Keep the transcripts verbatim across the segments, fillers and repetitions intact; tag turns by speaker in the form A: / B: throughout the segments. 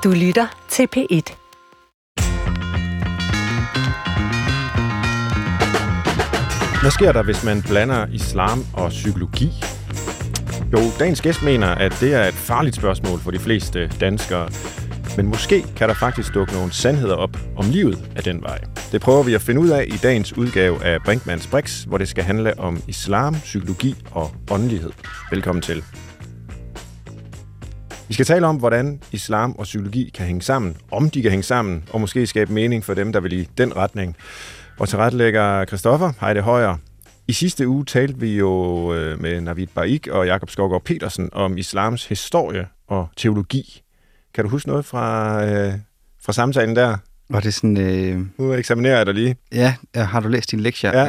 A: Du lytter til P et.
B: Hvad sker der, hvis man blander islam og psykologi? Jo, dagens gæst mener, at det er et farligt spørgsmål for de fleste danskere. Men måske kan der faktisk dukke nogle sandheder op om livet af den vej. Det prøver vi at finde ud af i dagens udgave af Brinkmanns Brix, hvor det skal handle om islam, psykologi og åndelighed. Velkommen til. Vi skal tale om, hvordan islam og psykologi kan hænge sammen, om de kan hænge sammen, og måske skabe mening for dem, der vil i den retning. Og tilrettelægger Christoffer Heide Højer. I sidste uge talte vi jo med Navid Baik og Jakob Skovgaard Petersen om islams historie og teologi. Kan du huske noget fra, øh, fra samtalen der?
C: Var det sådan... Øh...
B: Nu eksaminerer jeg dig lige.
C: Ja, har du læst din lektie?
B: Ja.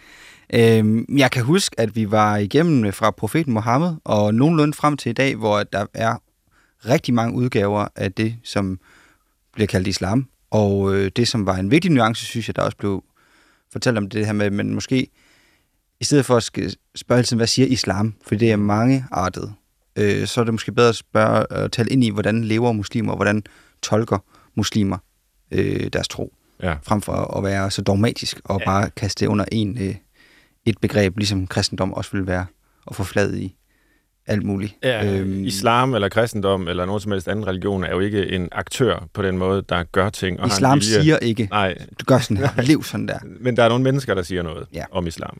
C: Øhm, jeg kan huske, at vi var igennem fra profeten Mohammed, og nogenlunde frem til i dag, hvor der er rigtig mange udgaver af det, som bliver kaldt islam. Og øh, det, som var en vigtig nuance, synes jeg, der også blev fortalt om det her med, men måske i stedet for at spørge altid, hvad siger islam? For det er mangeartet. Øh, så er det måske bedre at spørge og tale ind i, hvordan lever muslimer, og hvordan tolker muslimer øh, deres tro. Ja. Frem for at være så dogmatisk og ja. bare kaste det under en, øh, et begreb, ligesom kristendom også vil være, og få flad i alt muligt.
B: Ja, øhm, islam eller kristendom eller nogen som helst anden religion er jo ikke en aktør på den måde, der gør ting. Og
C: islam siger ikke,
B: nej.
C: Du gør sådan her, lev sådan der.
B: Men der er nogle mennesker, der siger noget ja. om islam.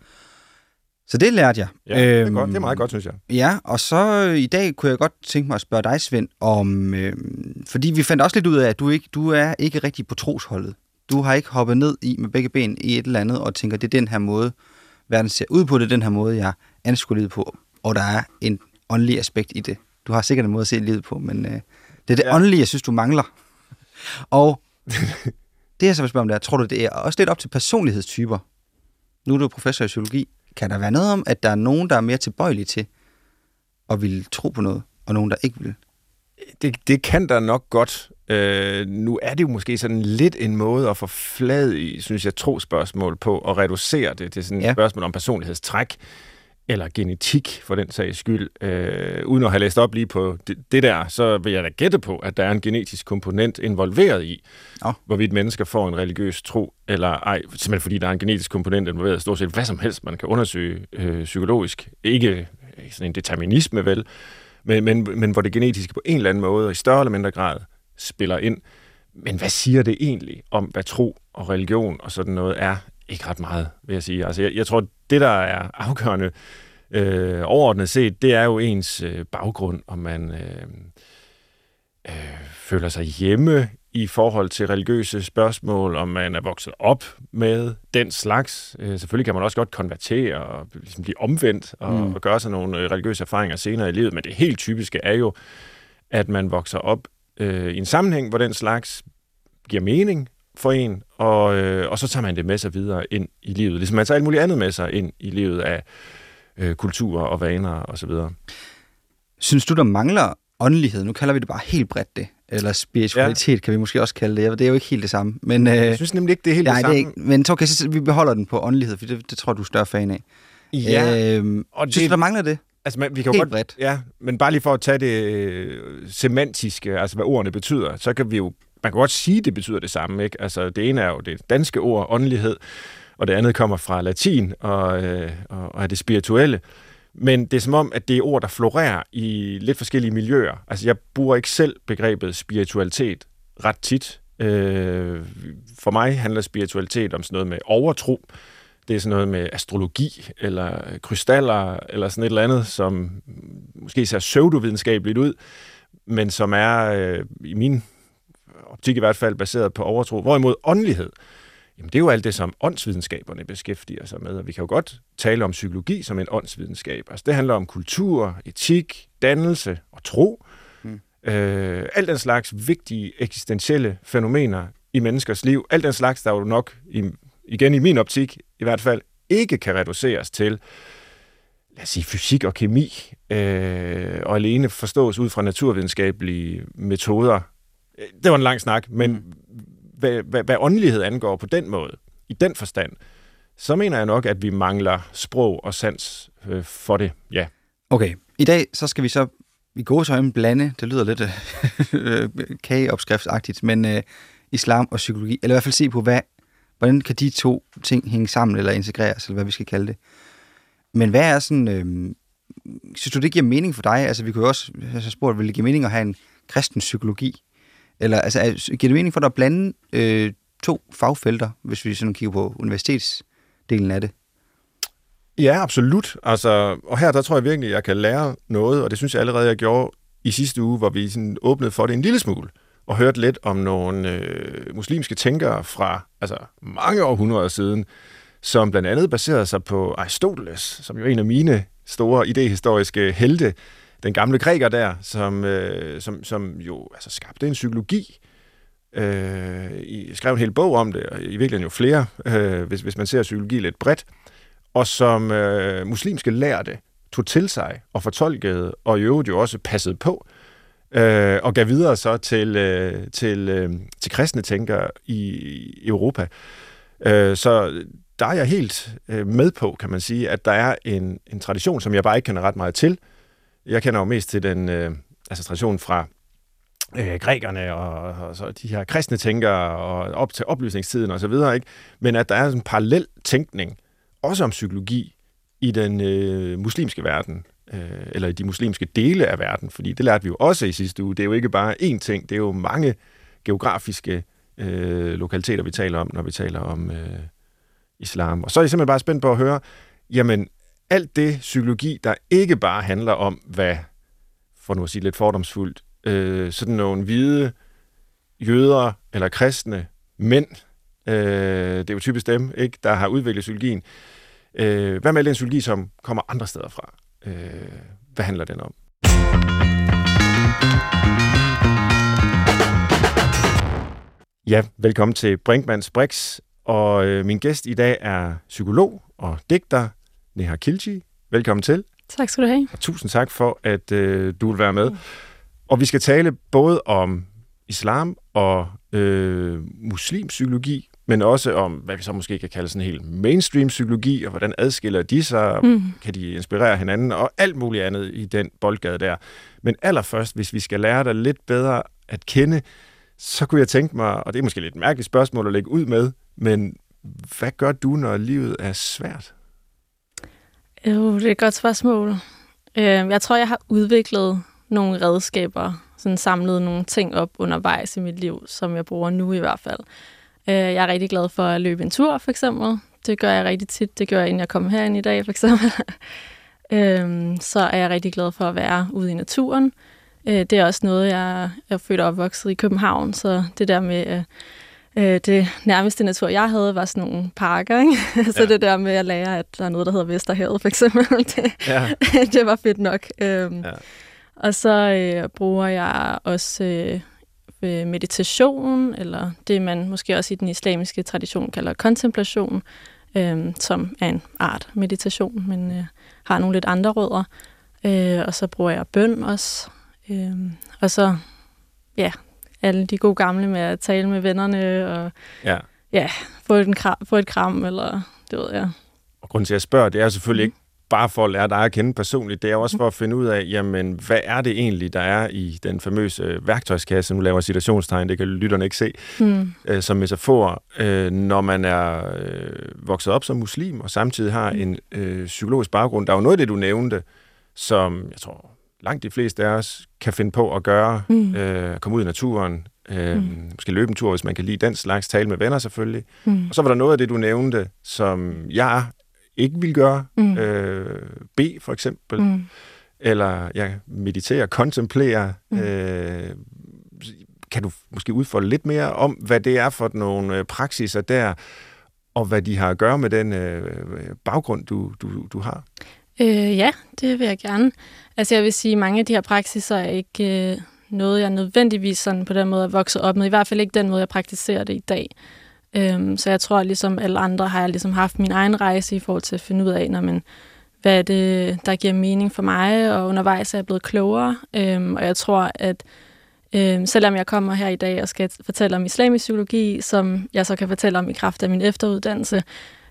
C: Så det lærte jeg.
B: Ja, øhm, det, er godt. Det er meget godt, synes jeg.
C: Ja, og så i dag kunne jeg godt tænke mig at spørge dig, Svend, om... Øh, fordi vi fandt også lidt ud af, at du, ikke, du er ikke rigtig på trosholdet. Du har ikke hoppet ned i med begge ben i et eller andet, og tænker, det er den her måde, verden ser ud på, det er den her måde, jeg anskuer livet på, og der er en åndelig aspekt i det. Du har sikkert en måde at se livet på, men øh, det er det ja. åndelige, jeg synes, du mangler. Og det jeg så vil spørge om, det er, tror du, det er også lidt op til personlighedstyper? Nu er du professor i psykologi. Kan der være noget om, at der er nogen, der er mere tilbøjelige til at ville tro på noget, og nogen, der ikke vil?
B: Det, det kan der nok godt. Øh, nu er det jo måske sådan lidt en måde at få flad i, synes jeg, trospørgsmål på, og reducere det til sådan et ja. spørgsmål om personlighedstræk, eller genetik, for den sags skyld. Øh, uden at have læst op lige på det, det der, så vil jeg da gætte på, at der er en genetisk komponent involveret i, ja. hvorvidt mennesker får en religiøs tro, eller ej. Simpelthen fordi der er en genetisk komponent involveret i stort set hvad som helst, man kan undersøge øh, psykologisk. Ikke sådan en determinisme, vel, men, men, men hvor det genetiske på en eller anden måde, og i større eller mindre grad, spiller ind. Men hvad siger det egentlig om, hvad tro og religion og sådan noget er? Ikke ret meget, vil jeg sige. Altså, jeg, jeg tror, det, der er afgørende øh, overordnet set, det er jo ens øh, baggrund, om man øh, øh, føler sig hjemme i forhold til religiøse spørgsmål, om man er vokset op med den slags. Øh, selvfølgelig kan man også godt konvertere og ligesom blive omvendt og, mm. og gøre sig nogle religiøse erfaringer senere i livet, men det helt typiske er jo, at man vokser op øh, i en sammenhæng, hvor den slags giver mening for en, og, øh, og så tager man det med sig videre ind i livet. Ligesom man tager alt muligt andet med sig ind i livet af øh, kulturer og vaner og så videre.
C: Synes du, der mangler åndelighed? Nu kalder vi det bare helt bredt det. Eller spiritualitet, ja. kan vi måske også kalde det. Det er jo ikke helt det samme. Men, øh,
B: jeg synes nemlig ikke, det er helt
C: nej,
B: det samme.
C: Det er ikke, men okay, så vi beholder den på åndelighed, for det, det tror jeg, du er større fan af.
B: Ja.
C: Øh, og synes det, du, der mangler det?
B: Altså, man, vi kan
C: helt
B: godt,
C: bredt.
B: Ja, men bare lige for at tage det øh, semantiske, altså hvad ordene betyder, så kan vi jo man kan godt sige, at det betyder det samme, ikke? Altså, det ene er jo det danske ord, åndelighed, og det andet kommer fra latin og, øh, og er det spirituelle. Men det er som om, at det er ord, der florerer i lidt forskellige miljøer. Altså, jeg bruger ikke selv begrebet spiritualitet ret tit. Øh, for mig handler spiritualitet om sådan noget med overtro. Det er sådan noget med astrologi, eller krystaller, eller sådan et eller andet, som måske ser pseudovidenskabeligt ud, men som er øh, i min optik i hvert fald baseret på overtro. Hvorimod åndelighed, jamen det er jo alt det, som åndsvidenskaberne beskæftiger sig med, og vi kan jo godt tale om psykologi som en åndsvidenskab. Altså det handler om kultur, etik, dannelse og tro. Mm. Øh, alt den slags vigtige eksistentielle fænomener i menneskers liv, alt den slags, der jo nok, i, igen i min optik i hvert fald, ikke kan reduceres til, lad os sige, fysik og kemi, øh, og alene forstås ud fra naturvidenskabelige metoder. Det var en lang snak, men mm. hvad, hvad, hvad åndelighed angår på den måde, i den forstand, så mener jeg nok, at vi mangler sprog og sans øh, for det, ja.
C: Okay, i dag så skal vi så i gåseøjne blande, det lyder lidt øh, kageopskriftsagtigt, men øh, islam og psykologi, eller i hvert fald se på, hvad, hvordan kan de to ting hænge sammen, eller integreres, eller hvad vi skal kalde det. Men hvad er sådan, øh, synes du, det giver mening for dig? Altså, vi kunne jo også have spurgt, vil det give mening at have en kristen psykologi? Eller altså, giver det mening for dig at blande øh, to fagfelter, hvis vi sådan kigger på universitetsdelen af det?
B: Ja, absolut. Altså, og her der tror jeg virkelig, at jeg kan lære noget, og det synes jeg allerede, jeg gjorde i sidste uge, hvor vi sådan åbnede for det en lille smule, og hørte lidt om nogle øh, muslimske tænkere fra altså, mange århundreder siden, som blandt andet baserede sig på Aristoteles, som jo er en af mine store idehistoriske helte, den gamle græker der, som, øh, som, som jo altså, skabte en psykologi, øh, i, skrev en hel bog om det, og i virkeligheden jo flere, øh, hvis, hvis man ser psykologi lidt bredt, og som øh, muslimske lærte tog til sig og fortolkede, og i øvrigt jo også passede på, øh, og gav videre så til, øh, til, øh, til kristne tænkere i Europa. Øh, så der er jeg helt øh, med på, kan man sige, at der er en, en tradition, som jeg bare ikke kender ret meget til. Jeg kender jo mest til den øh, altså tradition fra øh, grækerne og, og så de her kristne tænkere og op til oplysningstiden og så videre, ikke? Men at der er en parallel tænkning, også om psykologi, i den øh, muslimske verden, øh, eller i de muslimske dele af verden, fordi det lærte vi jo også i sidste uge. Det er jo ikke bare én ting, det er jo mange geografiske øh, lokaliteter, vi taler om, når vi taler om øh, islam. Og så er jeg simpelthen bare spændt på at høre, jamen, alt det psykologi, der ikke bare handler om, hvad, for nu at sige lidt fordomsfuldt, øh, sådan nogle hvide jøder eller kristne mænd, øh, det er jo typisk dem, ikke, der har udviklet psykologien. Øh, hvad med den psykologi, som kommer andre steder fra? Øh, hvad handler den om? Ja, velkommen til Brinkmanns Brix, og øh, min gæst i dag er psykolog og digter Neha Khilji. Velkommen til.
A: Tak skal du have.
B: Og tusind tak for, at øh, du vil være med. Og vi skal tale både om islam og øh, muslimpsykologi, men også om, hvad vi så måske kan kalde sådan en helt mainstream psykologi, og hvordan adskiller de sig, mm. kan de inspirere hinanden, og alt muligt andet i den boldgade der. Men allerførst, hvis vi skal lære dig lidt bedre at kende, så kunne jeg tænke mig, og det er måske lidt et mærkeligt spørgsmål at lægge ud med, men hvad gør du, når livet er svært?
A: Jo, det er et godt spørgsmål. Jeg tror, jeg har udviklet nogle redskaber, sådan samlet nogle ting op undervejs i mit liv, som jeg bruger nu i hvert fald. Jeg er rigtig glad for at løbe en tur, for eksempel. Det gør jeg rigtig tit. Det gør jeg, inden jeg kom herind i dag, for eksempel. Så er jeg rigtig glad for at være ude i naturen. Det er også noget, jeg er født og opvokset i København, så det der med det nærmeste natur, jeg havde, var sådan nogle parker, ikke? Så ja. Det der med at lære, at der er noget, der hedder Vesterhavet, for eksempel, det, ja. Det var fedt nok. Ja. Og så øh, bruger jeg også øh, meditation, eller det man måske også i den islamiske tradition kalder kontemplation, øh, som er en art meditation, men øh, har nogle lidt andre rødder. Øh, og så bruger jeg bøn også. Øh, og så, ja, alle de gode gamle med at tale med vennerne, og ja, ja få, en kram, få et kram, eller det ved jeg.
B: Og grunden til, at jeg spørger, det er selvfølgelig ikke bare for at lære dig at kende personligt, det er også for at finde ud af, jamen, hvad er det egentlig, der er i den famøse værktøjskasse, nu laver jeg citationstegn, det kan lytterne ikke se, mm. øh, som metafor, øh, når man er øh, vokset op som muslim, og samtidig har mm. en øh, psykologisk baggrund. Der er jo noget af det, du nævnte, som jeg tror, langt de fleste af os kan finde på at gøre, mm. øh, komme ud i naturen, øh, mm. måske løbe en tur, hvis man kan lide den slags, tale med venner selvfølgelig. Mm. Og så var der noget af det, du nævnte, som jeg ikke vil gøre, mm. øh, bede for eksempel, mm. eller ja, meditere, kontemplere. Mm. Øh, kan du måske udfolde lidt mere om, hvad det er for nogle øh, praksiser der, og hvad de har at gøre med den øh, baggrund, du, du, du har?
A: Øh, ja, det vil jeg gerne. Altså jeg vil sige, at mange af de her praksiser er ikke øh, noget, jeg nødvendigvis sådan på den måde er vokset op med. I hvert fald ikke den måde, jeg praktiserer det i dag. Øhm, så jeg tror, at ligesom alle andre har jeg ligesom haft min egen rejse i forhold til at finde ud af, når man, hvad er det, der giver mening for mig, og undervejs er jeg blevet klogere. Øhm, og jeg tror, at øhm, selvom jeg kommer her i dag og skal fortælle om islamisk psykologi, som jeg så kan fortælle om i kraft af min efteruddannelse,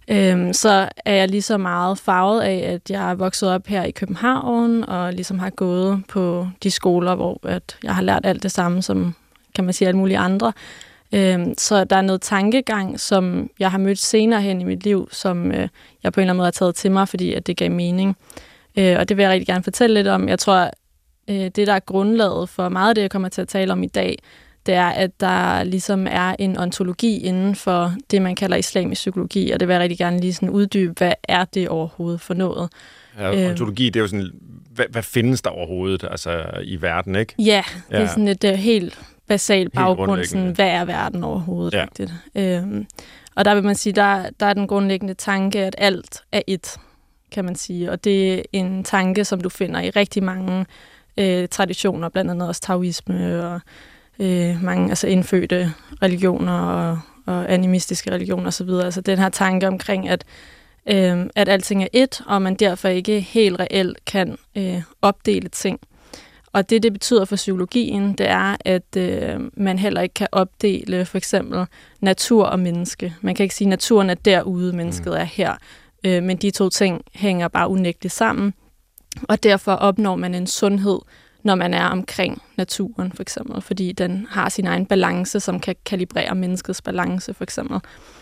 A: Øhm, så er jeg lige så meget farvet af, at jeg er vokset op her i København, og ligesom har gået på de skoler, hvor at jeg har lært alt det samme, som kan man sige alle mulige andre. Øhm, så der er noget tankegang, som jeg har mødt senere hen i mit liv, som øh, jeg på en eller anden måde har taget til mig, fordi at det gav mening. Øh, og det vil jeg rigtig gerne fortælle lidt om. Jeg tror, øh, det der er grundlaget for meget af det, jeg kommer til at tale om i dag, det er, at der ligesom er en ontologi inden for det, man kalder islamisk psykologi, og det vil jeg rigtig gerne lige sådan uddybe, hvad er det overhovedet for noget?
B: Ja, ontologi, det er jo sådan, hvad, hvad findes der overhovedet altså, i verden, ikke?
A: Ja, det
B: ja.
A: er sådan et uh, helt basalt baggrund, sådan, hvad er verden overhovedet?
B: Ja.
A: Rigtigt? Øhm, og der vil man sige, der, der er den grundlæggende tanke, at alt er ét, kan man sige, og det er en tanke, som du finder i rigtig mange øh, traditioner, blandt andet også taoisme og Øh, mange altså indfødte religioner og, og animistiske religioner osv. Altså den her tanke omkring, at, øh, at alting er ét, og man derfor ikke helt reelt kan øh, opdele ting. Og det, det betyder for psykologien, det er, at øh, man heller ikke kan opdele for eksempel natur og menneske. Man kan ikke sige, at naturen er derude, mennesket er her. Øh, men de to ting hænger bare unægteligt sammen. Og derfor opnår man en sundhed, når man er omkring naturen, for eksempel, fordi den har sin egen balance, som kan kalibrere menneskets balance, for eksempel.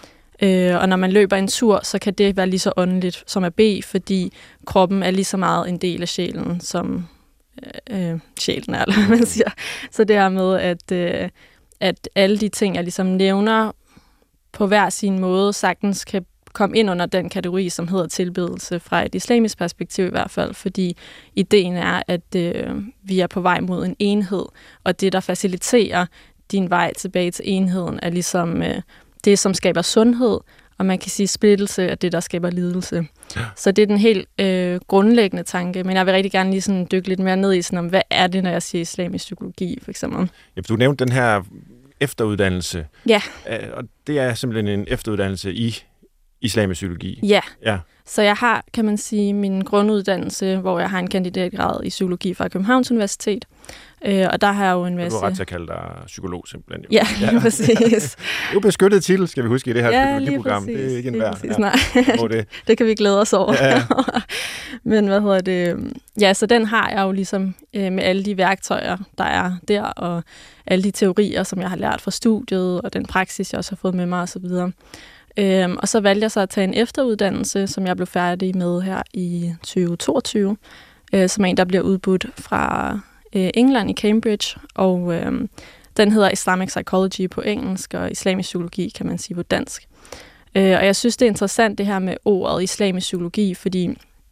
A: Øh, og når man løber en tur, så kan det være lige så åndeligt som at bede, fordi kroppen er lige så meget en del af sjælen, som øh, sjælen er, eller man siger. Så det her med, at, øh, at alle de ting, jeg ligesom nævner, på hver sin måde sagtens kan komme ind under den kategori, som hedder tilbedelse fra et islamisk perspektiv i hvert fald, fordi ideen er, at øh, vi er på vej mod en enhed, og det, der faciliterer din vej tilbage til enheden, er ligesom øh, det, som skaber sundhed, og man kan sige splittelse er det, der skaber lidelse. Ja. Så det er den helt øh, grundlæggende tanke, men jeg vil rigtig gerne lige sådan dykke lidt mere ned i, sådan, om hvad er det, når jeg siger islamisk psykologi, for eksempel.
B: Ja, du nævnte den her efteruddannelse,
A: ja.
B: og det er simpelthen en efteruddannelse i islamisk psykologi.
A: Ja.
B: ja,
A: så jeg har, kan man sige, min grunduddannelse, hvor jeg har en kandidatgrad i psykologi fra Københavns Universitet, øh, og der har jeg jo en masse...
B: Du har ret til at kalde dig psykolog, simpelthen. Jo.
A: Ja, lige ja. præcis.
B: Det er jo beskyttet titel, skal vi huske, i det her
A: ja,
B: psykologiprogram. Det er ikke en værd.
A: Ja. Nej, det. det kan vi glæde os over. Ja. Men hvad hedder det? Ja, så den har jeg jo ligesom øh, med alle de værktøjer, der er der, og alle de teorier, som jeg har lært fra studiet, og den praksis, jeg også har fået med mig osv. Øhm, og så valgte jeg så at tage en efteruddannelse, som jeg blev færdig med her i tyve toogtyve, øh, som er en, der bliver udbudt fra øh, England i Cambridge, og øh, den hedder Islamic Psychology på engelsk, og islamisk psykologi kan man sige på dansk. Øh, og jeg synes, det er interessant det her med ordet islamisk psykologi, fordi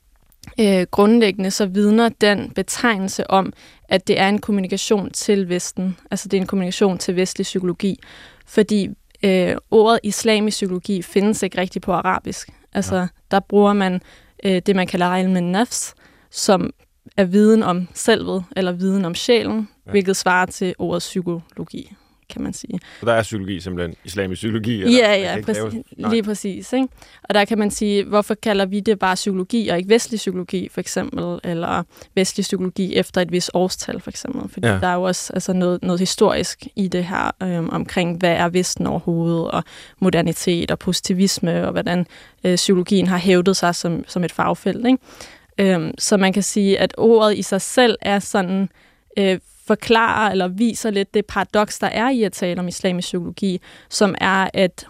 A: øh, grundlæggende så vidner den betegnelse om, at det er en kommunikation til Vesten, altså det er en kommunikation til vestlig psykologi, fordi Øh, ordet islamisk psykologi findes ikke rigtigt på arabisk. Altså, ja. Der bruger man øh, det, man kalder ilm an-nafs, som er viden om selvet, eller viden om sjælen, ja. Hvilket svarer til ordet psykologi, kan man sige.
B: Så der er psykologi simpelthen islamisk psykologi? Eller?
A: Ja, ja, præcis, lige præcis. Ikke? Og der kan man sige, hvorfor kalder vi det bare psykologi, og ikke vestlig psykologi, for eksempel, eller vestlig psykologi efter et vis årstal, for eksempel. Fordi ja. Der er jo også altså, noget, noget historisk i det her, øhm, omkring, hvad er Vesten overhovedet, og modernitet og positivisme, og hvordan øh, psykologien har hævdet sig som, som et fagfelt. Ikke? Øhm, så man kan sige, at ordet i sig selv er sådan... Øh, forklarer eller viser lidt det paradoks, der er i at tale om islamisk psykologi, som er, at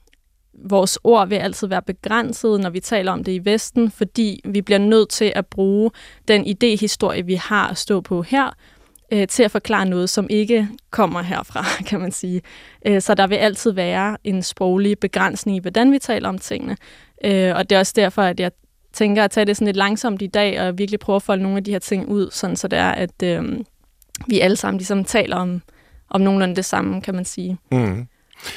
A: vores ord vil altid være begrænset, når vi taler om det i Vesten, fordi vi bliver nødt til at bruge den idéhistorie, vi har at stå på her, øh, til at forklare noget, som ikke kommer herfra, kan man sige. Øh, så der vil altid være en sproglig begrænsning i, hvordan vi taler om tingene. Øh, og det er også derfor, at jeg tænker at tage det sådan lidt langsomt i dag, og virkelig prøve at folde nogle af de her ting ud, sådan så det er, at øh, vi alle sammen ligesom taler om, om nogenlunde det samme, kan man sige.
B: Mm.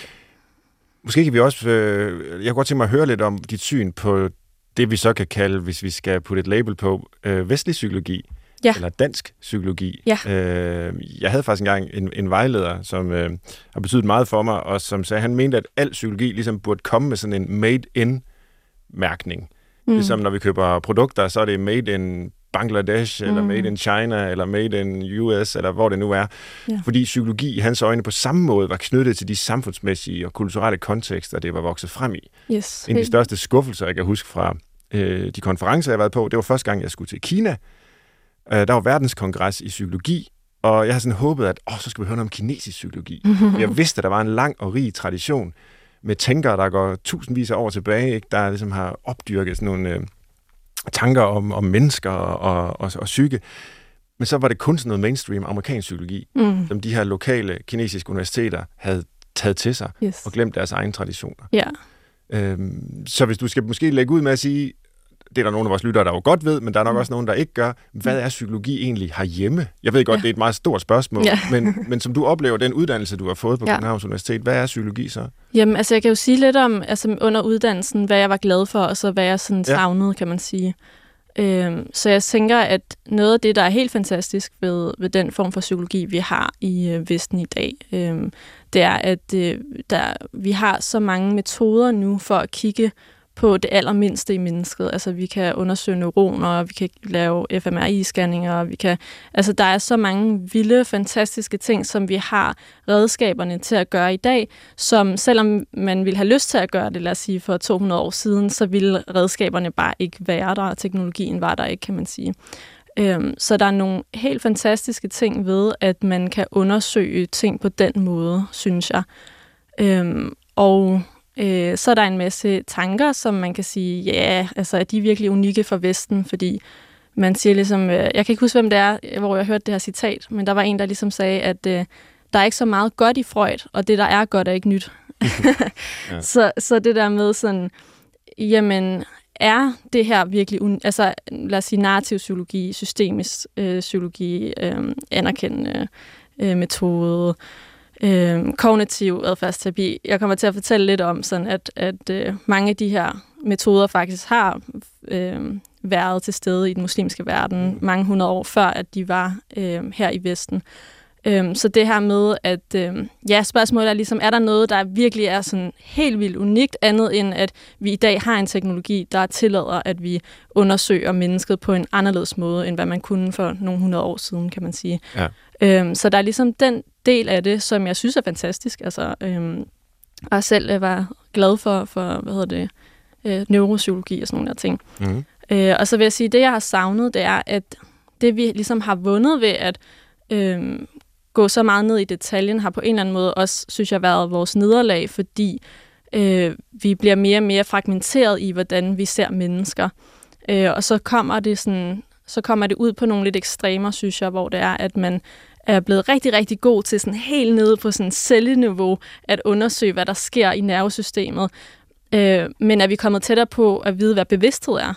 B: Måske kan vi også... Øh, jeg kunne godt tænke mig at høre lidt om dit syn på det, vi så kan kalde, hvis vi skal putte et label på, øh, vestlig psykologi,
A: ja.
B: Eller dansk psykologi.
A: Ja.
B: Øh, jeg havde faktisk engang en, en vejleder, som øh, har betydet meget for mig, og som sagde, han mente, at al psykologi ligesom burde komme med sådan en made-in-mærkning. Mm. Ligesom når vi køber produkter, så er det made in Bangladesh, mm. eller made in China, eller made in U S, eller hvor det nu er. Ja. Fordi psykologi i hans øjne på samme måde var knyttet til de samfundsmæssige og kulturelle kontekster, det var vokset frem i.
A: Yes.
B: En af de største skuffelser, jeg kan huske fra øh, de konferencer, jeg har været på, det var første gang, jeg skulle til Kina. Øh, der var verdenskongres i psykologi, og jeg har sådan håbet, at åh, så skal vi høre noget om kinesisk psykologi. Jeg vidste, at der var en lang og rig tradition med tænkere, der går tusindvis af år tilbage, ikke? Der ligesom har opdyrket sådan nogle øh, tanker om, om mennesker og, og, og, og psyke. Men så var det kun sådan noget mainstream amerikansk psykologi, mm. som de her lokale kinesiske universiteter havde taget til sig yes. og glemt deres egne traditioner.
A: Ja.
B: Øhm, så hvis du skal måske lægge ud med at sige, det er der nogle af vores lyttere, der jo godt ved, men der er nok mm. også nogen, der ikke gør. Hvad er psykologi egentlig herhjemme? Jeg ved godt, ja. det er et meget stort spørgsmål, ja. men, men som du oplever den uddannelse, du har fået på ja. Københavns Universitet, hvad er psykologi så?
A: Jamen, altså jeg kan jo sige lidt om, altså under uddannelsen, hvad jeg var glad for, og så hvad jeg sådan savnede, ja. kan man sige. Øhm, så jeg tænker, at noget af det, der er helt fantastisk ved, ved den form for psykologi, vi har i øh, Vesten i dag, øhm, det er, at øh, der, vi har så mange metoder nu for at kigge på det allermindste i mennesket. Altså, vi kan undersøge neuroner, vi kan lave F M R I-scanninger, vi kan... Altså, der er så mange vilde, fantastiske ting, som vi har redskaberne til at gøre i dag, som selvom man ville have lyst til at gøre det, lad os sige, for to hundrede år siden, så ville redskaberne bare ikke være der, og teknologien var der ikke, kan man sige. Øhm, så der er nogle helt fantastiske ting ved, at man kan undersøge ting på den måde, synes jeg. Øhm, og... Så er der en masse tanker, som man kan sige, ja, altså er de virkelig unikke for Vesten, fordi man siger ligesom, jeg kan ikke huske, hvem det er, hvor jeg hørte det her citat, men der var en, der ligesom sagde, at uh, der er ikke så meget godt i Freud, og det, der er godt, er ikke nyt. ja. så, så det der med sådan, jamen, er det her virkelig, un- altså lad os sige narrativ psykologi, systemisk øh, psykologi, øh, anerkendende øh, metode, Øh, kognitiv adfærdsterapi. Jeg kommer til at fortælle lidt om, sådan at, at øh, mange af de her metoder faktisk har øh, været til stede i den muslimske verden mange hundrede år før, at de var øh, her i Vesten. Øh, så det her med, at øh, ja, spørgsmålet er ligesom, er der noget, der virkelig er sådan helt vildt unikt, andet end at vi i dag har en teknologi, der tillader, at vi undersøger mennesket på en anderledes måde, end hvad man kunne for nogle hundrede år siden, kan man sige. Ja. Øh, så der er ligesom den del af det, som jeg synes er fantastisk. Altså, øhm, og selv var glad for, for hvad hedder det, øh, neuropsykologi og sådan nogle der ting. Mm. Øh, og så vil jeg sige, det jeg har savnet, det er, at det vi ligesom har vundet ved at øh, gå så meget ned i detaljen, har på en eller anden måde også, synes jeg, været vores nederlag, fordi øh, vi bliver mere og mere fragmenteret i, hvordan vi ser mennesker. Øh, og så kommer det sådan, så kommer det ud på nogle lidt ekstremer, synes jeg, hvor det er, at man er blevet rigtig, rigtig god til sådan helt nede på sådan celleniveau at undersøge, hvad der sker i nervesystemet. Øh, men er vi kommet tættere på at vide, hvad bevidsthed er?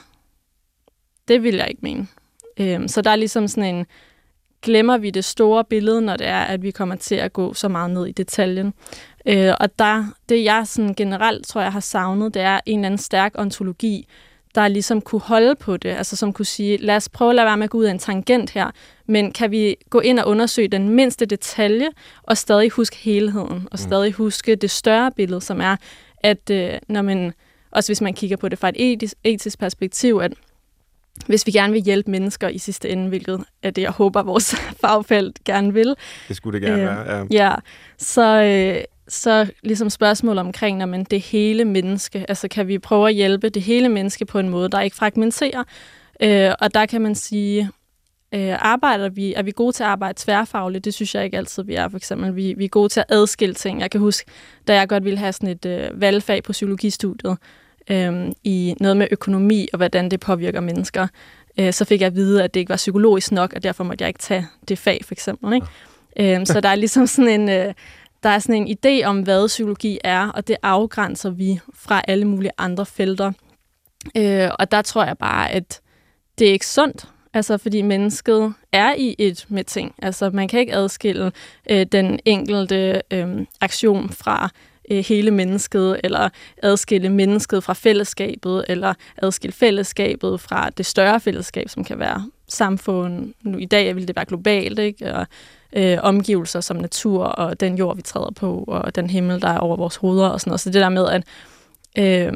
A: Det vil jeg ikke mene. Øh, så der er ligesom sådan en, glemmer vi det store billede, når det er, at vi kommer til at gå så meget ned i detaljen. Øh, og der, det jeg sådan generelt tror, jeg har savnet, det er en eller anden stærk ontologi, der ligesom kunne holde på det, altså som kunne sige, lad os prøve at lade være med at gå ud af en tangent her, men kan vi gå ind og undersøge den mindste detalje, og stadig huske helheden, og stadig huske det større billede, som er, at øh, når man, også hvis man kigger på det fra et etisk, etisk perspektiv, at hvis vi gerne vil hjælpe mennesker i sidste ende, hvilket er det, jeg håber, vores fagfelt gerne vil.
B: Det skulle det gerne øh, være, ja.
A: Ja, så... Øh, så ligesom spørgsmål omkring, når man det hele menneske, altså kan vi prøve at hjælpe det hele menneske på en måde, der ikke fragmenterer, øh, og der kan man sige, øh, arbejder vi, er vi gode til at arbejde tværfagligt? Det synes jeg ikke altid, vi er. For eksempel, vi, vi er gode til at adskille ting. Jeg kan huske, da jeg godt ville have sådan et øh, valgfag på psykologistudiet, øh, i noget med økonomi og hvordan det påvirker mennesker, øh, så fik jeg at vide, at det ikke var psykologisk nok, og derfor måtte jeg ikke tage det fag, for eksempel. Ikke? Øh, så der er ligesom sådan en... Øh, Der er sådan en idé om, hvad psykologi er, og det afgrænser vi fra alle mulige andre felter. Øh, og der tror jeg bare, at det er ikke sundt, altså fordi mennesket er i et med ting. Altså man kan ikke adskille øh, den enkelte øh, aktion fra øh, hele mennesket, eller adskille mennesket fra fællesskabet, eller adskille fællesskabet fra det større fællesskab, som kan være samfund. Nu i dag vil det være globalt, ikke? Og Øh, omgivelser som natur, og den jord, vi træder på, og den himmel, der er over vores hoveder, og sådan noget. Så det der med, at, øh,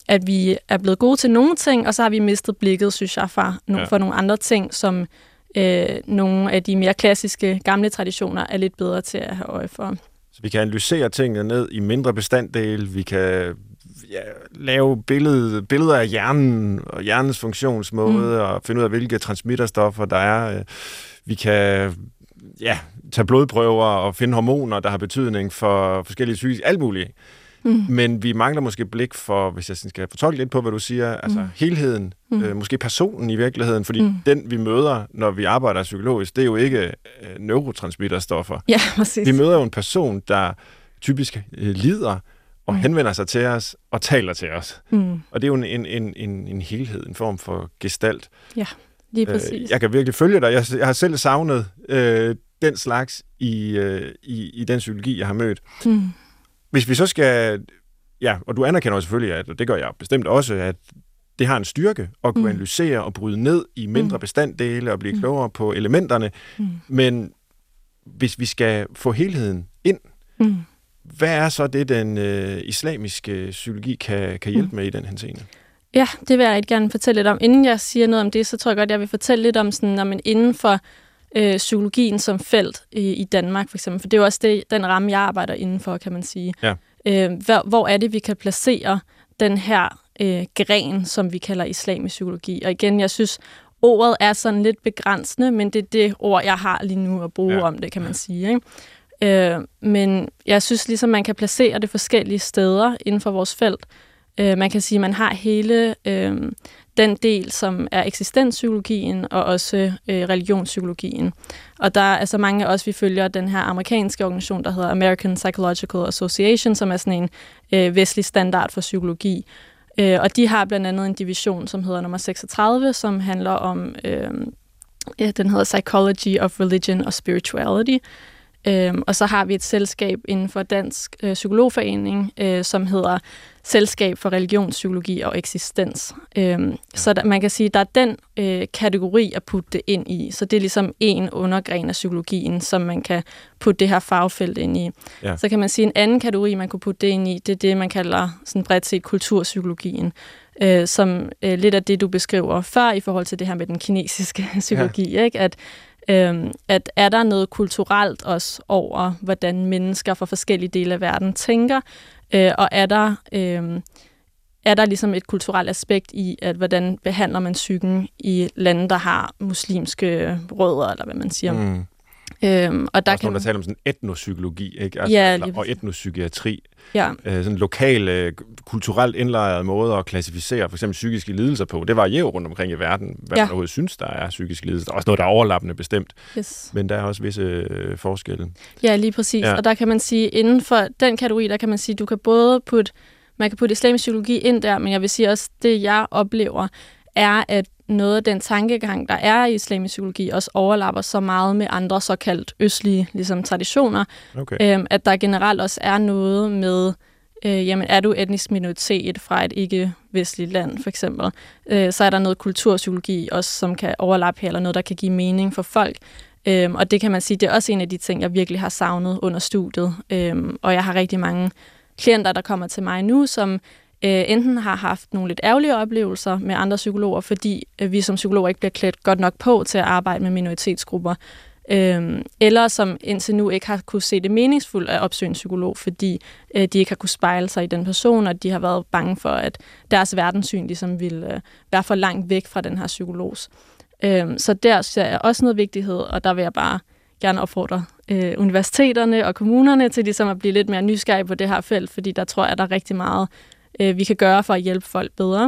A: at vi er blevet gode til nogle ting, og så har vi mistet blikket, synes jeg, for, no-
B: ja.
A: for nogle andre ting, som øh, nogle af de mere klassiske gamle traditioner er lidt bedre til at have øje for.
B: Så vi kan analysere tingene ned i mindre bestanddele, vi kan ja, lave billede, billeder af hjernen og hjernens funktionsmåde, mm. og finde ud af, hvilke transmitterstoffer der er. Vi kan ja, tage blodprøver og finde hormoner, der har betydning for forskellige psykiske, alt muligt. Mm. Men vi mangler måske blik for, hvis jeg skal fortolke lidt på, hvad du siger, altså mm. helheden, mm. Øh, måske personen i virkeligheden, fordi mm. den, vi møder, når vi arbejder psykologisk, det er jo ikke øh, neurotransmitterstoffer.
A: Ja, præcis.
B: Vi møder jo en person, der typisk øh, lider og mm. henvender sig til os og taler til os. Mm. Og det er jo en, en, en, en, en helhed, en form for gestalt.
A: Ja, lige præcis.
B: Øh, jeg kan virkelig følge dig. Jeg, jeg har selv savnet øh, den slags i, øh, i, i den psykologi, jeg har mødt. Mm. Hvis vi så skal, ja, og du anerkender selvfølgelig, at, og det gør jeg bestemt også, at det har en styrke at kunne mm. analysere og bryde ned i mindre mm. bestanddele og blive klogere mm. på elementerne. Mm. Men hvis vi skal få helheden ind, mm. hvad er så det, den øh, islamiske psykologi kan, kan hjælpe mm. med i den henseende?
A: Ja, det vil jeg rigtig gerne fortælle lidt om. Inden jeg siger noget om det, så tror jeg godt, jeg vil fortælle lidt om sådan, når man inden for øh, psykologien som felt i, i Danmark, for eksempel. For det er jo også det, den ramme, jeg arbejder indenfor, kan man sige. Ja. Øh, hvor, hvor er det, vi kan placere den her øh, gren, som vi kalder islamisk psykologi? Og igen, jeg synes, ordet er sådan lidt begrænsende, men det er det ord, jeg har lige nu at bruge ja. om det, kan man sige, ikke? Øh, men jeg synes ligesom, man kan placere det forskellige steder inden for vores felt. Øh, man kan sige, at man har hele øh, den del, som er eksistenspsykologien og også øh, religionspsykologien. Og der er altså mange af os, vi følger den her amerikanske organisation, der hedder American Psychological Association, som er sådan en øh, vestlig standard for psykologi. Øh, og de har blandt andet en division, som hedder nummer seksogtredive, som handler om, øh, ja, den hedder Psychology of Religion og Spirituality. Øhm, og så har vi et selskab inden for Dansk øh, Psykologforening, øh, som hedder Selskab for Religionspsykologi og Eksistens. Øhm, ja. Så der, man kan sige, at der er den øh, kategori at putte det ind i. Så det er ligesom en undergren af psykologien, som man kan putte det her fagfelt ind i. Ja. Så kan man sige, at en anden kategori, man kunne putte det ind i, det er det, man kalder sådan bredt set kulturpsykologien. Øh, som øh, lidt af det, du beskriver før i forhold til det her med den kinesiske psykologi, ja. Ikke? At Øhm, at er der noget kulturelt også over, hvordan mennesker fra forskellige dele af verden tænker, øh, og er der, øh, er der ligesom et kulturelt aspekt i, at hvordan behandler man psyken i lande, der har muslimske rødder, eller hvad man siger. Mm. Øhm, og der
B: også
A: kan
B: nogen, der taler om sådan etnopsykologi, ikke? Altså,
A: ja,
B: eller, og etnopsykiatri.
A: Ja.
B: Øh, sådan lokale, øh, kulturelt indlejrede måder at klassificere for eksempel psykiske lidelser på. Det varierer jo rundt omkring i verden, hvad ja. man overhovedet synes, der er psykiske lidelser. Der er også noget, der er overlappende bestemt, yes. men der er også visse øh, forskelle.
A: Ja, lige præcis. Ja. Og der kan man sige, inden for den kategori, der kan man sige, du kan både putte, man kan putte islamisk psykologi ind der, men jeg vil sige også, det jeg oplever, er, at noget af den tankegang, der er i islamisk psykologi, også overlapper så meget med andre såkaldt østlige ligesom, traditioner, okay. øhm, at der generelt også er noget med, øh, jamen er du etnisk minoritet fra et ikke-vestligt land, for eksempel, øh, så er der noget kulturpsykologi også, som kan overlappe her, eller noget, der kan give mening for folk. Øhm, og det kan man sige, det er også en af de ting, jeg virkelig har savnet under studiet. Øhm, og jeg har rigtig mange klienter, der kommer til mig nu, som Øh, enten har haft nogle lidt ærgerlige oplevelser med andre psykologer, fordi øh, vi som psykologer ikke bliver klædt godt nok på til at arbejde med minoritetsgrupper, øh, eller som indtil nu ikke har kunne se det meningsfuldt at opsøge en psykolog, fordi øh, de ikke har kunne spejle sig i den person, og de har været bange for, at deres verdenssyn ligesom ville øh, være for langt væk fra den her psykologs. Øh, så der ser jeg også noget vigtighed, og der vil jeg bare gerne opfordre øh, universiteterne og kommunerne til ligesom at blive lidt mere nysgerrige på det her felt, fordi der tror jeg, at der er rigtig meget vi kan gøre for at hjælpe folk bedre.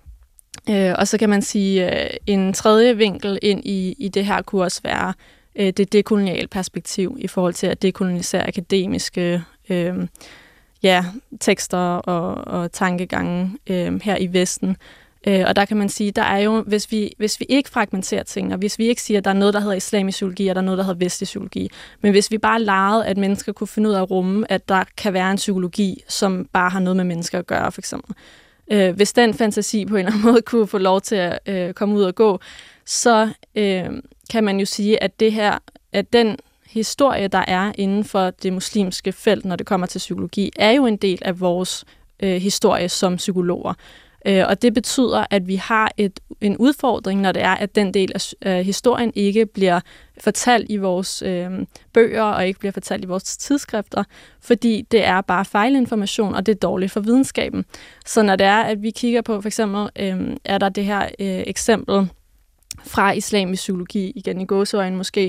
A: Og så kan man sige, at en tredje vinkel ind i, i det her kunne også være det dekoloniale perspektiv i forhold til at dekolonisere akademiske øh, ja, tekster og, og tankegange øh, her i Vesten. Og der kan man sige, der er jo, hvis vi, hvis vi ikke fragmenterer ting, og hvis vi ikke siger, at der er noget, der hedder islamisk psykologi, og der er noget, der hedder vestlig psykologi, men hvis vi bare legede, at mennesker kunne finde ud af at rumme, at der kan være en psykologi, som bare har noget med mennesker at gøre, for eksempel. Øh, hvis den fantasi på en eller anden måde kunne få lov til at øh, komme ud og gå, så øh, kan man jo sige, at det her, at den historie, der er inden for det muslimske felt, når det kommer til psykologi, er jo en del af vores øh, historie som psykologer. Øh, og det betyder, at vi har et, en udfordring, når det er, at den del af øh, historien ikke bliver fortalt i vores øh, bøger og ikke bliver fortalt i vores tidsskrifter, fordi det er bare fejlinformation, og det er dårligt for videnskaben. Så når det er, at vi kigger på, for eksempel, øh, er der det her øh, eksempel fra islamisk psykologi, igen i gåseøjne måske,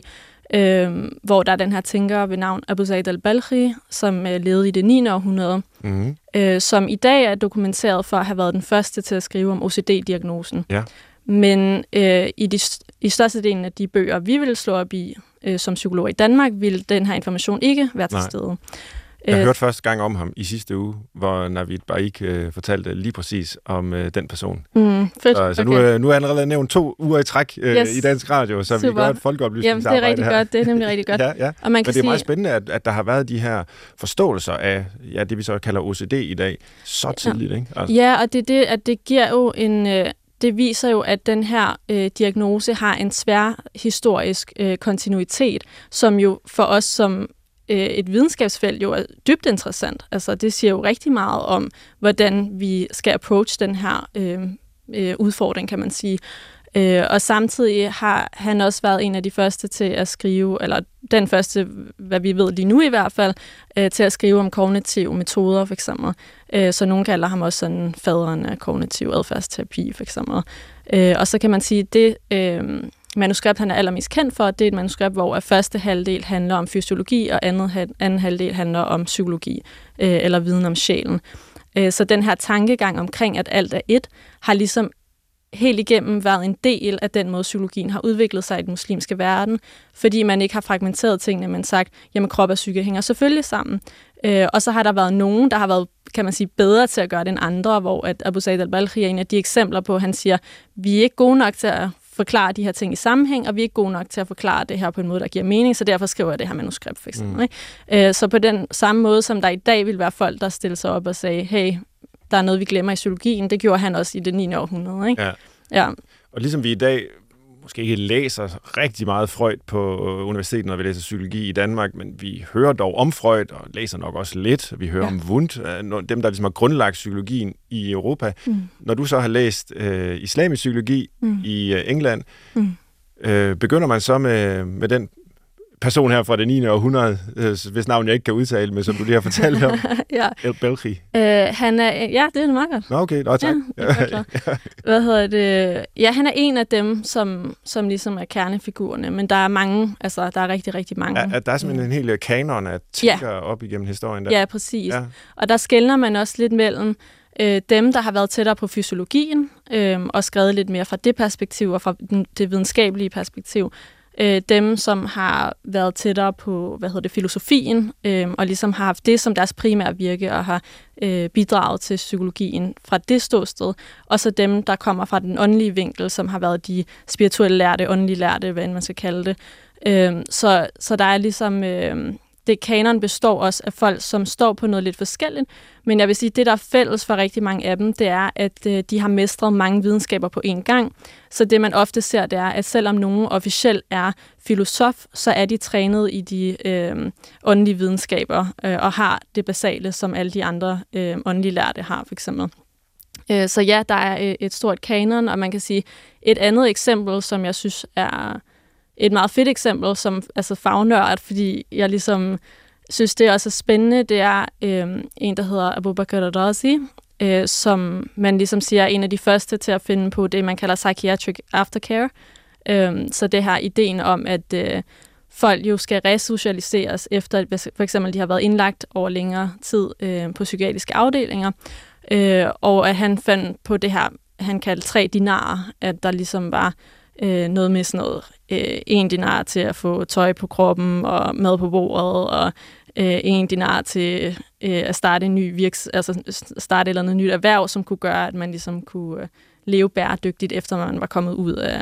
A: øh, hvor der er den her tænker ved navn Abu Zaid al-Balkhi, som øh, levede i det niende århundrede, mm-hmm. øh, som i dag er dokumenteret for at have været den første til at skrive om O C D-diagnosen. Ja. Men øh, i, de, i størstedelen af de bøger, vi vil slå op i øh, som psykologer i Danmark, vil den her information ikke være til stede.
B: Jeg hørte første gang om ham i sidste uge, hvor Navid Baik øh, fortalte lige præcis om øh, den person.
A: Mm, fedt.
B: Så, så okay. nu, øh, nu er han allerede nævnt to uger i træk øh, yes. i Dansk Radio, så Super. Vi gør et folkeoplysningsarbejde.
A: Jamen, det er rigtig
B: her.
A: godt. Det er nemlig rigtig godt.
B: ja, ja. Og man kan Men det er sige... meget spændende, at, at der har været de her forståelser af ja, det, vi så kalder O C D i dag, så tidligt.
A: Ja,
B: ikke? Altså.
A: ja og det er det, at det giver jo en... Øh, det viser jo, at den her øh, diagnose har en svær historisk øh, kontinuitet, som jo for os som et videnskabsfelt jo er dybt interessant. Altså, det siger jo rigtig meget om, hvordan vi skal approach den her øh, øh, udfordring, kan man sige. Øh, og samtidig har han også været en af de første til at skrive, eller den første, hvad vi ved lige nu i hvert fald, øh, til at skrive om kognitive metoder, for eksempel. Øh, så nogen kalder ham også sådan faderen af kognitiv adfærdsterapi, for eksempel. Øh, og så kan man sige, det... Øh, manuskript, han er allermest kendt for, det er et manuskript, hvor første halvdel handler om fysiologi, og andet, anden halvdel handler om psykologi, øh, eller viden om sjælen. Øh, så den her tankegang omkring, at alt er et, har ligesom helt igennem været en del af den måde, psykologien har udviklet sig i den muslimske verden, fordi man ikke har fragmenteret tingene, men sagt, jamen krop og psyke hænger selvfølgelig sammen. Øh, og så har der været nogen, der har været, kan man sige, bedre til at gøre det end andre, hvor at Abu Zaid al-Balkhi er en af de eksempler på, han siger, vi er ikke gode nok til at forklare de her ting i sammenhæng, og vi er ikke gode nok til at forklare det her på en måde, der giver mening, så derfor skriver jeg det her manuskript, for eksempel. Mm. Ikke? Så på den samme måde, som der i dag vil være folk, der stiller sig op og sagde, hey, der er noget, vi glemmer i psykologien, det gjorde han også i det niende århundrede. Ikke? Ja. Ja.
B: Og ligesom vi i dag måske ikke læser rigtig meget Freud på universitetet, når vi læser psykologi i Danmark, men vi hører dog om Freud, og læser nok også lidt. Vi hører ja. om Wundt, dem, der ligesom har grundlagt psykologien i Europa. Mm. Når du så har læst øh, islamisk psykologi mm. i øh, England, mm. øh, begynder man så med, med den person her fra det niende århundrede, øh, hvis navn jeg ikke kan udtale, men som du lige har fortalt om, ja. El-Belkhi.
A: Øh, han er, ja, det er meget godt.
B: Nå, okay, nå, tak.
A: Ja, ja. Hvad hedder det? Ja, han er en af dem, som, som ligesom er kernefigurerne, men der er mange, altså der er rigtig, rigtig mange.
B: Ja, der er simpelthen en hel kanon af tænker ja. op igennem historien der.
A: Ja, præcis. Ja. Og der skelner man også lidt mellem øh, dem, der har været tættere på fysiologien, øh, og skrevet lidt mere fra det perspektiv, og fra det videnskabelige perspektiv, Øh, dem, som har været tættere på, hvad hedder det, filosofien, øh, og ligesom har haft det som deres primære virke, og har øh, bidraget til psykologien fra det ståsted, og så dem, der kommer fra den åndelige vinkel, som har været de spirituelle lærte, åndelige lærte, hvad man skal kalde det. Øh, så, så der er ligesom... Øh, det kanon består også af folk, som står på noget lidt forskelligt, men jeg vil sige, at det, der er fælles for rigtig mange af dem, det er, at øh, de har mestret mange videnskaber på én gang. Så det, man ofte ser, det er, at selvom nogen officielt er filosof, så er de trænet i de øh, åndelige videnskaber, øh, og har det basale, som alle de andre øh, åndelige lærte har, for eksempel. Øh, så ja, der er et stort kanon, og man kan sige, et andet eksempel, som jeg synes er... Et meget fedt eksempel, som altså fagnørdet, fordi jeg ligesom synes, det er også spændende, det er øh, en, der hedder Abu Bakr al-Razi, øh, som man ligesom siger er en af de første til at finde på det, man kalder psychiatric aftercare. Øh, så det her ideen om, at øh, folk jo skal resocialiseres efter, at for eksempel de har været indlagt over længere tid øh, på psykiatriske afdelinger, øh, og at han fandt på det her, han kaldte tre dinarer, at der ligesom var Øh, noget med sådan noget, øh, en dinar til at få tøj på kroppen og mad på bordet, og øh, en dinar til øh, at starte en ny virks, altså starte et eller andet nyt erhverv, som kunne gøre, at man ligesom kunne øh, leve bæredygtigt, efter man var kommet ud af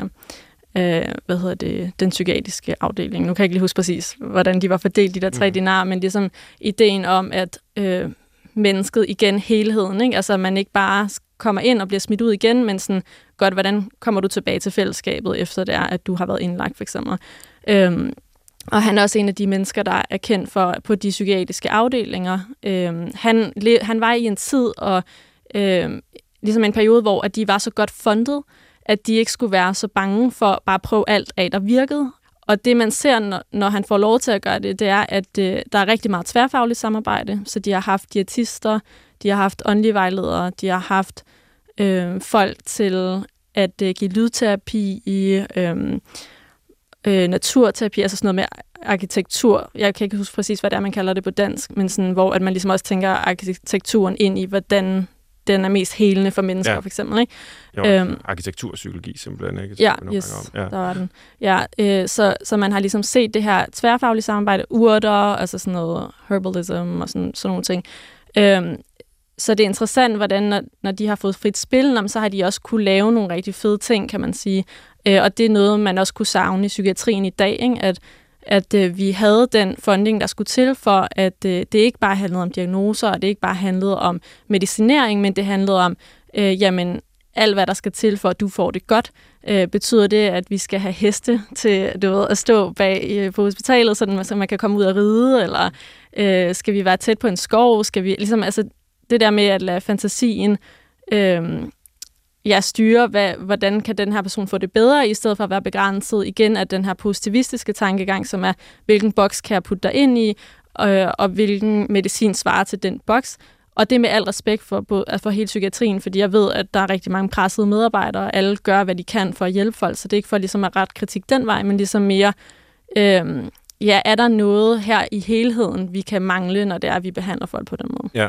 A: øh, hvad hedder det, den psykiatriske afdeling. Nu kan jeg ikke lige huske præcis, hvordan de var fordelt, de der tre mm. dinarer, men ligesom ideen om, at øh, mennesket igen, helheden, ikke? Altså man ikke bare kommer ind og bliver smidt ud igen, men sådan, godt, hvordan kommer du tilbage til fællesskabet, efter det er, at du har været indlagt, for eksempel. Øhm, og han er også en af de mennesker, der er kendt for på de psykiatriske afdelinger. Øhm, han, han var i en tid, og øhm, ligesom en periode, hvor at de var så godt fundet, at de ikke skulle være så bange for bare at prøve alt af, der virkede. Og det, man ser, når, når han får lov til at gøre det, det er, at øh, der er rigtig meget tværfagligt samarbejde. Så de har haft diætister, de har haft åndelige vejledere, de har haft øh, folk til at øh, give lydterapi i øh, øh, naturterapi, altså sådan noget med arkitektur. Jeg kan ikke huske præcis, hvad det er, man kalder det på dansk, men sådan, hvor at man ligesom også tænker arkitekturen ind i, hvordan den er mest helende for mennesker, ja. For eksempel. Ikke?
B: Jo, øhm, arkitekturpsykologi simpelthen, ikke?
A: Ja, yes, ja, der var den. Ja, øh, så, så man har ligesom set det her tværfaglige samarbejde, urter, altså sådan noget herbalism og sådan, sådan nogle ting. Øhm, så det er interessant, hvordan når, når de har fået frit spil, så har de også kunne lave nogle rigtig fede ting, kan man sige. Øh, og det er noget, man også kunne savne i psykiatrien i dag, ikke? At at øh, vi havde den funding, der skulle til for, at øh, det ikke bare handlede om diagnoser, og det ikke bare handlede om medicinering, men det handlede om, øh, jamen, alt hvad der skal til for, at du får det godt. Øh, betyder det, at vi skal have heste til, du ved, at stå bag øh, på hospitalet, så man, så man kan komme ud og ride, eller øh, skal vi være tæt på en skov? Skal vi, ligesom, altså, det der med at lade fantasien øh, jeg styrer, hvad, hvordan kan den her person få det bedre, i stedet for at være begrænset igen af den her positivistiske tankegang, som er, hvilken boks kan jeg putte dig ind i, øh, og hvilken medicin svarer til den boks. Og det med al respekt for, for hele psykiatrien, fordi jeg ved, at der er rigtig mange pressede medarbejdere, og alle gør, hvad de kan for at hjælpe folk, så det er ikke for ligesom at rette kritik den vej, men ligesom mere, øh, ja, er der noget her i helheden, vi kan mangle, når det er, at vi behandler folk på den måde.
B: Ja.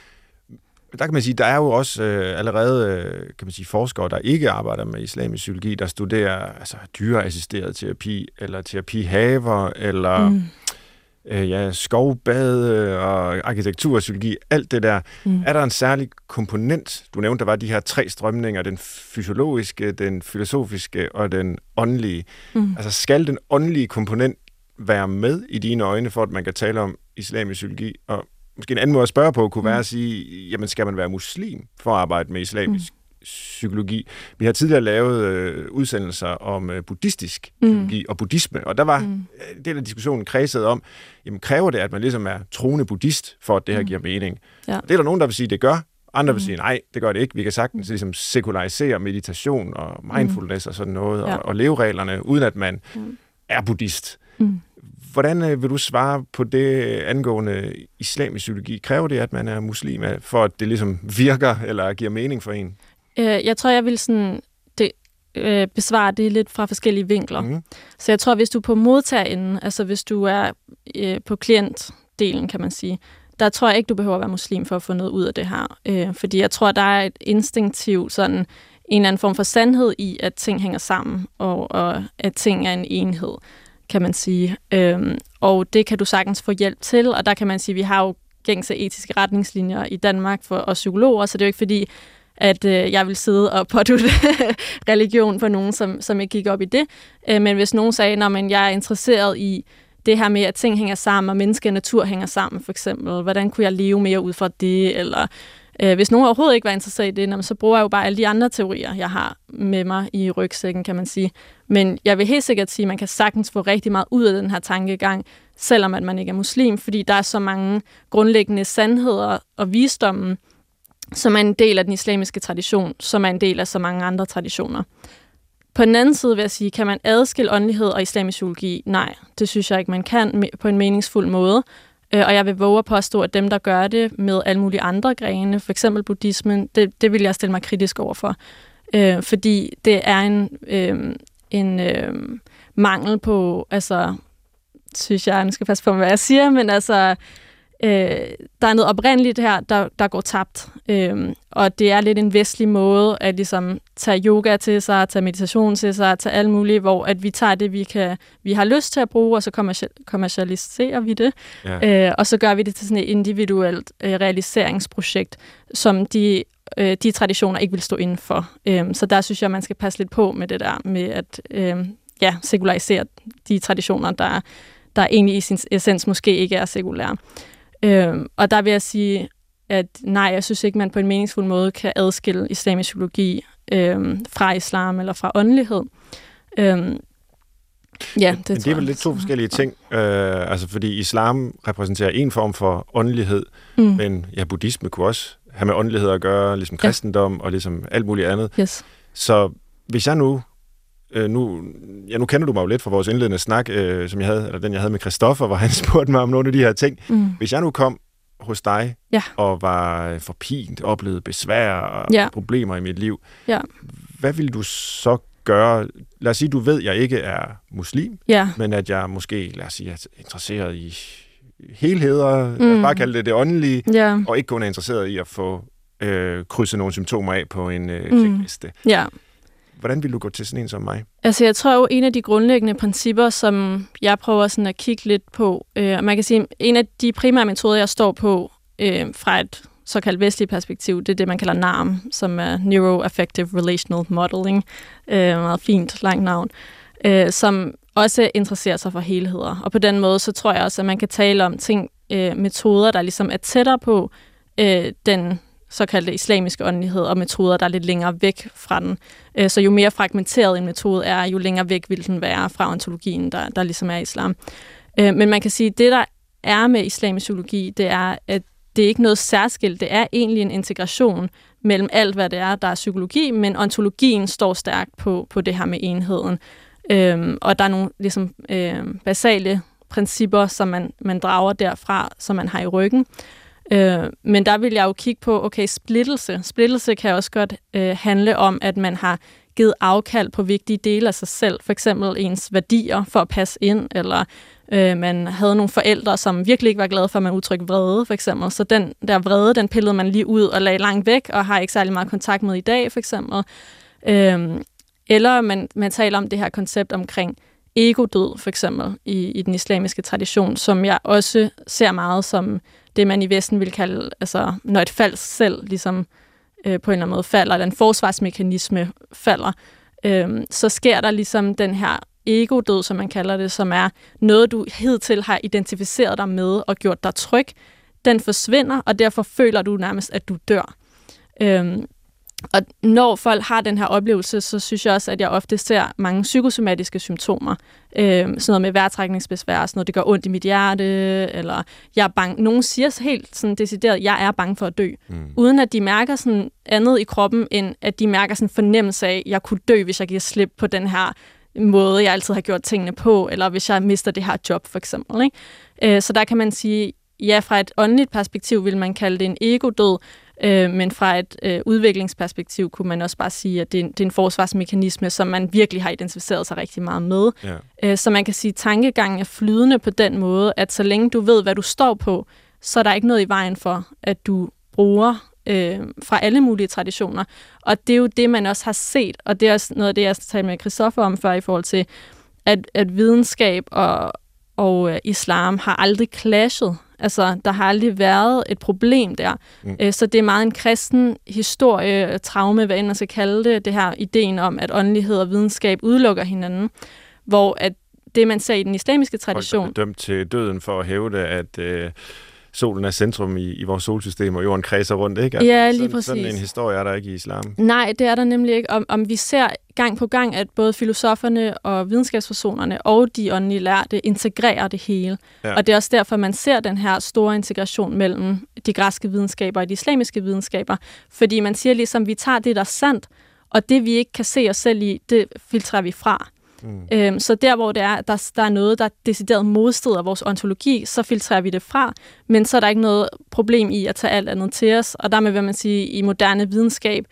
B: Der kan man sige, der er jo også øh, allerede øh, kan man sige, forskere, der ikke arbejder med islamisk psykologi, der studerer altså, dyreassisteret terapi, eller terapihaver, eller mm. øh, ja, skovbade og arkitekturpsykologi, alt det der. Mm. Er der en særlig komponent? Du nævnte, der var de her tre strømninger, den fysiologiske, den filosofiske og den åndelige. Mm. Altså skal den åndelige komponent være med i dine øjne, for at man kan tale om islamisk psykologi? Og måske en anden måde at spørge på kunne være at sige, jamen skal man være muslim for at arbejde med islamisk mm. psykologi? Vi har tidligere lavet øh, udsendelser om øh, buddhistisk mm. psykologi og buddhisme, og der var mm. øh, det der diskussionen kredset om, jamen kræver det, at man ligesom er troende buddhist, for at det her mm. giver mening? Ja. Det er der nogen, der vil sige, det gør. Andre mm. vil sige, nej, det gør det ikke. Vi kan sagtens ligesom sekularisere meditation og mindfulness mm. og sådan noget, ja. og, og levereglerne, uden at man mm. er buddhist. Mm. Hvordan øh, vil du svare på det angående islamisk psykologi? Kræver det, at man er muslim, for at det ligesom virker eller giver mening for en?
A: Øh, jeg tror, jeg vil sådan det, øh, besvare det lidt fra forskellige vinkler. Mm. Så jeg tror, hvis du er på modtagerenden, altså hvis du er øh, på klientdelen, kan man sige, der tror jeg ikke, du behøver at være muslim for at få noget ud af det her. Øh, fordi jeg tror, der er et instinktivt sådan en eller anden form for sandhed i, at ting hænger sammen, og, og at ting er en enhed, kan man sige. Øhm, og det kan du sagtens få hjælp til, og der kan man sige, at vi har jo gængse etiske retningslinjer i Danmark for os psykologer, så det er jo ikke fordi, at øh, jeg vil sidde og pådutte religion på nogen, som, som ikke gik op i det. Øh, men hvis nogen sagde, at jeg er interesseret i det her med, at ting hænger sammen, og menneske og natur hænger sammen, for eksempel, hvordan kunne jeg leve mere ud fra det, eller øh, hvis nogen overhovedet ikke var interesseret i det, så bruger jeg jo bare alle de andre teorier, jeg har med mig i rygsækken, kan man sige. Men jeg vil helt sikkert sige, at man kan sagtens få rigtig meget ud af den her tankegang, selvom at man ikke er muslim, fordi der er så mange grundlæggende sandheder og visdommen, som er en del af den islamiske tradition, som er en del af så mange andre traditioner. På den anden side vil jeg sige, kan man adskille åndelighed og islamisk psykologi? Nej, det synes jeg ikke, man kan på en meningsfuld måde. Og jeg vil våge at påstå, at dem, der gør det med alle mulige andre grene, for eksempel buddhismen, det, det vil jeg stille mig kritisk overfor. Øh, fordi det er en, øh, en øh, mangel på, altså, synes jeg, jeg skal passe på, hvad jeg siger, men altså, øh, der er noget oprindeligt her, der, der går tabt. Øh, og det er lidt en vestlig måde at ligesom tage yoga til sig, tage meditation til sig, tage alt muligt, hvor at vi tager det, vi, kan, vi har lyst til at bruge, og så kommercialiserer vi det. Ja. Øh, og så gør vi det til sådan et individuelt øh, realiseringsprojekt, som de, øh, de traditioner ikke vil stå inden for. Øh, så der synes jeg, man skal passe lidt på med det der med at øh, ja, sekularisere de traditioner, der, der egentlig i sin essens måske ikke er sekulære. Øh, og der vil jeg sige, at nej, jeg synes ikke, man på en meningsfuld måde kan adskille islamisk psykologi øh, fra islam eller fra åndelighed. Øh, ja, det,
B: Men det er vel lidt to forskellige ting. Øh, altså, fordi islam repræsenterer en form for åndelighed, mm. men ja, buddhisme kunne også have med åndelighed at gøre, ligesom
A: ja.
B: kristendom og ligesom alt muligt andet.
A: Yes.
B: Så hvis jeg nu, øh, nu, ja, nu kender du mig jo lidt fra vores indledende snak, øh, som jeg havde, eller den jeg havde med Christoffer, hvor han spurgte mig om nogle af de her ting. Mm. Hvis jeg nu kom hos dig
A: ja.
B: og var forpint, oplevede besvær og
A: ja.
B: problemer i mit liv,
A: ja. hvad
B: vil du så gøre? Lad os sige, du ved, at jeg ikke er muslim,
A: ja.
B: men at jeg måske, lad os sige, er interesseret i helheder, mm. lad os bare kalde det det åndelige, ja. og ikke kun er interesseret i at få øh, krydset nogle symptomer af på en øh, checkliste.
A: Mm. Ja.
B: Hvordan vil du gå til sådan en som mig?
A: Altså, jeg tror jo, en af de grundlæggende principper, som jeg prøver sådan at kigge lidt på, øh, man kan sige, en af de primære metoder, jeg står på øh, fra et såkaldt vestligt perspektiv, det er det, man kalder NARM, som er Neuroaffective Relational Modeling. Øh, meget fint, langt navn. Øh, som også interesserer sig for helheder. Og på den måde, så tror jeg også, at man kan tale om ting, øh, metoder, der ligesom er tættere på øh, den såkaldte islamiske åndelighed, og metoder, der er lidt længere væk fra den. Øh, så jo mere fragmenteret en metode er, jo længere væk vil den være fra ontologien, der, der ligesom er islam. Øh, men man kan sige, at det, der er med islamisk psykologi, det er, at det er ikke noget særskilt. Det er egentlig en integration mellem alt, hvad det er, der er psykologi, men ontologien står stærkt på, på det her med enheden. Øhm, og der er nogle ligesom, øhm, basale principper, som man, man drager derfra, som man har i ryggen. Øh, men der vil jeg jo kigge på, okay, splittelse. Splittelse kan også godt øh, handle om, at man har givet afkald på vigtige dele af sig selv. For eksempel ens værdier for at passe ind, eller øh, man havde nogle forældre, som virkelig ikke var glade for, at man udtrykte vrede, for eksempel. Så den der vrede, den pillede man lige ud og lagde langt væk, og har ikke særlig meget kontakt med i dag, for eksempel. Øh, Eller man, man taler om det her koncept omkring ego-død, for eksempel, i, i den islamiske tradition, som jeg også ser meget som det, man i Vesten vil kalde, altså når et falsk selv ligesom øh, på en eller anden måde falder, eller en forsvarsmekanisme falder, øh, så sker der ligesom den her ego-død, som man kalder det, som er noget, du hidtil har identificeret dig med og gjort dig tryg. Den forsvinder, og derfor føler du nærmest, at du dør. Øh, Og når folk har den her oplevelse, så synes jeg også, at jeg ofte ser mange psykosomatiske symptomer. Øh, sådan noget med vejrtrækningsbesvær, sådan noget, det gør ondt i mit hjerte, eller jeg er bange. Nogen siger helt sådan decideret, jeg er bange for at dø. Mm. Uden at de mærker sådan andet i kroppen, end at de mærker sådan en fornemmelse af, at jeg kunne dø, hvis jeg giver slip på den her måde, jeg altid har gjort tingene på, eller hvis jeg mister det her job, for eksempel. Ikke? Øh, så der kan man sige, ja, fra et åndeligt perspektiv vil man kalde det en ego-død, Øh, men fra et øh, udviklingsperspektiv kunne man også bare sige, at det er, en, det er en forsvarsmekanisme, som man virkelig har identificeret sig rigtig meget med. Ja. Øh, så man kan sige, at tankegangen er flydende på den måde, at så længe du ved, hvad du står på, så er der ikke noget i vejen for, at du bruger øh, fra alle mulige traditioner. Og det er jo det, man også har set, og det er også noget af det, jeg talte med Christoffer om før, i forhold til, at, at videnskab og, og øh, islam har aldrig clashet. Altså, der har aldrig været et problem der. Mm. Så det er meget en kristen historie, traume, hvad end man skal kalde det, det her ideen om, at åndelighed og videnskab udelukker hinanden, hvor at det, man ser i den islamiske tradition...
B: Folk er dømt til døden for at hævde, at øh, solen er centrum i, i vores solsystem, og jorden kredser rundt, ikke? Altså,
A: ja, lige
B: sådan,
A: præcis.
B: Sådan en historie er der ikke i islam.
A: Nej, det er der nemlig ikke. Om, om vi ser gang på gang, at både filosoferne og videnskabspersonerne og de åndelige lærte integrerer det hele. Ja. Og det er også derfor, man ser den her store integration mellem de græske videnskaber og de islamiske videnskaber. Fordi man siger ligesom, vi tager det, der er sandt, og det, vi ikke kan se os selv i, det filtrerer vi fra. Mm. Øhm, så der, hvor det er, der, der er noget, der decideret modstrider vores ontologi, så filtrerer vi det fra, men så er der ikke noget problem i at tage alt andet til os. Og dermed vil man sige, i moderne videnskab,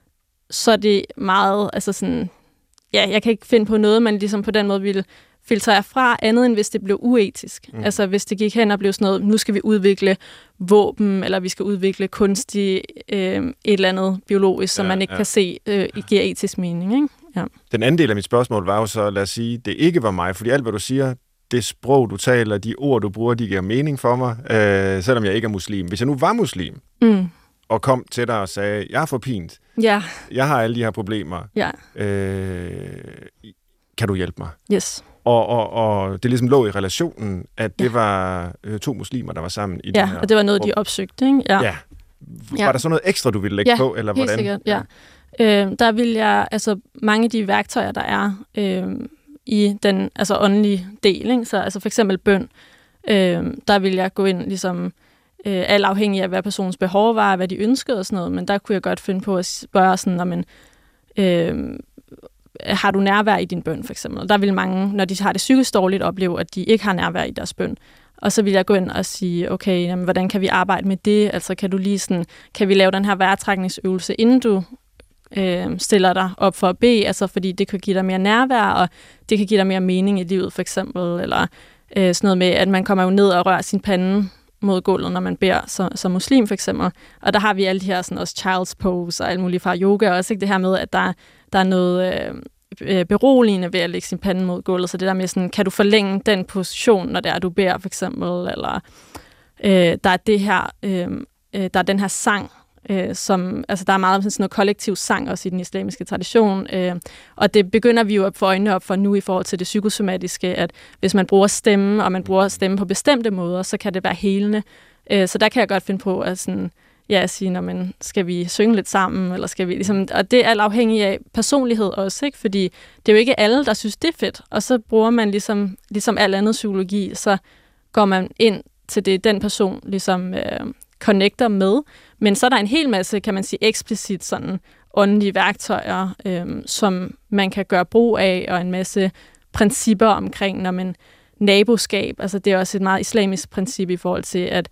A: så er det meget, altså sådan, ja, jeg kan ikke finde på noget, man ligesom på den måde ville filtrere fra, andet end hvis det blev uetisk. Mm. Altså hvis det gik hen og blev sådan noget, nu skal vi udvikle våben, eller vi skal udvikle kunstig øh, et eller andet biologisk, som ja, man ikke ja. kan se øh, giver etisk mening, ikke? Ja.
B: Den anden del af mit spørgsmål var jo så, lad os sige, det ikke var mig, fordi alt, hvad du siger, det sprog, du taler, de ord, du bruger, de giver mening for mig, øh, selvom jeg ikke er muslim. Hvis jeg nu var muslim, mm. og kom til dig og sagde, jeg er forpint,
A: ja.
B: jeg har alle de her problemer,
A: ja.
B: øh, kan du hjælpe mig?
A: Yes.
B: Og, og, og det ligesom lå i relationen, at det ja. var øh, to muslimer, der var sammen i
A: ja,
B: den her...
A: Ja, og det var noget, de opsøgte, ikke? Ja.
B: ja. Var ja. der så noget ekstra, du ville lægge
A: ja,
B: på, eller
A: helt
B: hvordan?
A: Sikkert, ja. Øh, der vil jeg, altså mange af de værktøjer, der er øh, i den altså åndelige del, ikke? Så altså for eksempel bøn, øh, der vil jeg gå ind ligesom øh, alt afhængig af, hvad personens behov var, hvad de ønskede og sådan noget, men der kunne jeg godt finde på at spørge sådan, når man, øh, har du nærvær i din bøn, for eksempel? Der vil mange, når de har det psykisk dårligt, opleve, at de ikke har nærvær i deres bøn. Og så vil jeg gå ind og sige, okay, jamen, hvordan kan vi arbejde med det? Altså, kan du lige sådan, kan vi lave den her vejrtrækningsøvelse, inden du øh, stiller dig op for at bede? Altså, fordi det kan give dig mere nærvær, og det kan give dig mere mening i livet, for eksempel. Eller øh, sådan noget med, at man kommer jo ned og rører sin pande mod gulvet, når man beder som, som muslim, for eksempel. Og der har vi alle de her sådan også child's pose og alt muligt fra yoga, og også ikke det her med, at der, der er noget øh, beroligende ved at lægge sin pande mod gulvet. Så det der med sådan, kan du forlænge den position, når det er, du beder, for eksempel, eller øh, der er det her, øh, der er den her sang, øh, som, altså der er meget sådan noget kollektiv sang også i den islamiske tradition, øh, og det begynder vi jo at få øjnene op for nu i forhold til det psykosomatiske, at hvis man bruger stemme, og man bruger stemme på bestemte måder, så kan det være helende. Øh, så der kan jeg godt finde på at sådan, ja, sige, når man, skal vi synge lidt sammen, eller skal vi ligesom, og det er alt afhængigt af personlighed også, ikke? Fordi det er jo ikke alle, der synes, det er fedt, og så bruger man ligesom, ligesom al andet psykologi, så går man ind til det, den person ligesom øh, connecter med, men så er der en hel masse, kan man sige, eksplicit sådan åndelige værktøjer, øh, som man kan gøre brug af, og en masse principper omkring, når man naboskab, altså det er også et meget islamisk princip i forhold til, at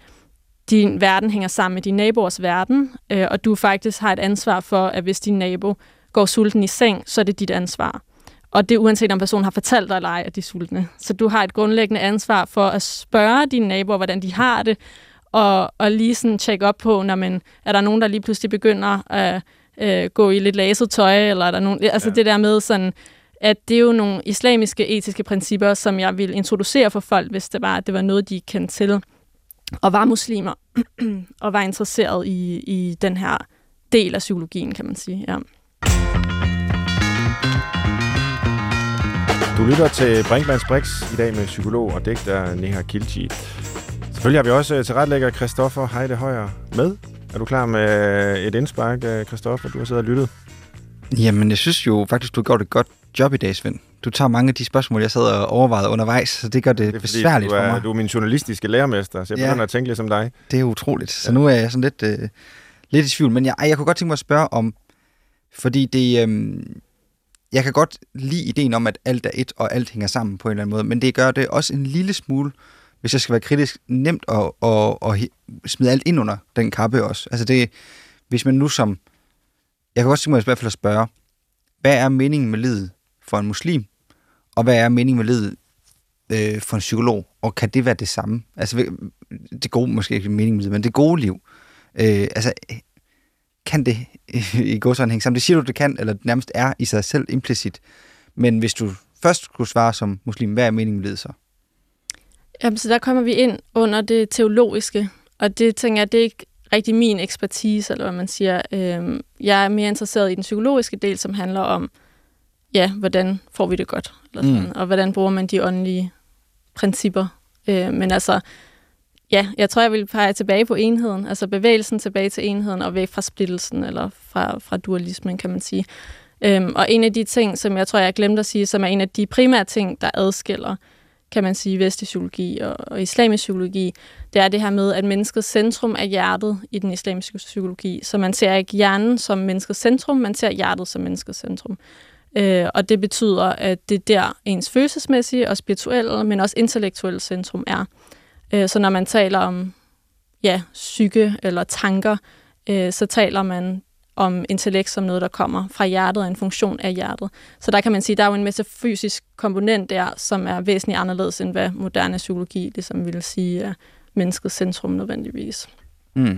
A: din verden hænger sammen med din naboers verden, øh, og du faktisk har et ansvar for, at hvis din nabo går sulten i seng, så er det dit ansvar. Og det er uanset om personen har fortalt dig eller ej, at de er sultne. Så du har et grundlæggende ansvar for at spørge dine naboer, hvordan de har det, og, og lige sådan tjekke op på, når man, er der nogen, der lige pludselig begynder at øh, gå i lidt laset tøj, eller er der nogen, altså ja. Det der med sådan, at det er jo nogle islamiske etiske principper, som jeg vil introducere for folk, hvis det var, at det var noget, de kendte til, og var muslimer, og var interesseret i, i den her del af psykologien, kan man sige. Ja.
B: Du lytter til Brinkmanns Brix i dag med psykolog og digter Neha Kilji. Selvfølgelig har vi også tilrettelægger Christoffer Heide Højer med. Er du klar med et indspark, Christoffer? Du har siddet og lyttet.
C: Jamen, jeg synes jo faktisk, du har gjort et godt job i dag, Svend. Du tager mange af de spørgsmål, jeg sad og overvejede undervejs, så det gør det, det er, besværligt
B: du er,
C: for mig.
B: Du er min journalistiske lærermester, så jeg begynder ja, at tænke lidt som dig.
C: Det er utroligt. Så ja. Nu er jeg sådan lidt, øh, lidt i tvivl. Men jeg, jeg kunne godt tænke mig at spørge om, fordi det, øh, jeg kan godt lide ideen om, at alt er et, og alt hænger sammen på en eller anden måde, men det gør det også en lille smule, hvis jeg skal være kritisk, nemt at, at, at, at smide alt ind under den kappe også. Altså det, hvis man nu som, jeg kan godt tænke mig i hvert fald at spørge, hvad er meningen med livet for en muslim, og hvad er meningen med livet øh, for en psykolog, og kan det være det samme? Altså det gode, måske ikke meningen med livet, men det gode liv. Øh, altså, kan det i god sådan hænge sammen? Det siger du, det kan, eller det nærmest er i sig selv implicit. Men hvis du først skulle svare som muslim, hvad er meningen med livet så?
A: Jamen, så der kommer vi ind under det teologiske, og det tænker jeg, det er ikke rigtig min ekspertise, eller hvad man siger. Jeg er mere interesseret i den psykologiske del, som handler om, ja, hvordan får vi det godt, eller sådan, mm. og hvordan bruger man de åndelige principper. Men altså, ja, jeg tror, jeg vil pege tilbage på enheden, altså bevægelsen tilbage til enheden, og væk fra splittelsen, eller fra, fra dualismen, kan man sige. Og en af de ting, som jeg tror, jeg glemte at sige, som er en af de primære ting, der adskiller, kan man sige, vestlig psykologi og, og islamisk psykologi, det er det her med, at menneskets centrum er hjertet i den islamiske psykologi. Så man ser ikke hjernen som menneskets centrum, man ser hjertet som menneskets centrum. Øh, og det betyder, at det er der ens følelsesmæssige og spirituelle, men også intellektuelle centrum er. Øh, så når man taler om ja, psyke eller tanker, øh, så taler man om intellekt som noget, der kommer fra hjertet og en funktion af hjertet. Så der kan man sige, at der er jo en metafysisk komponent der, som er væsentligt anderledes, end hvad moderne psykologi ligesom vil sige er menneskets centrum nødvendigvis.
C: Mm.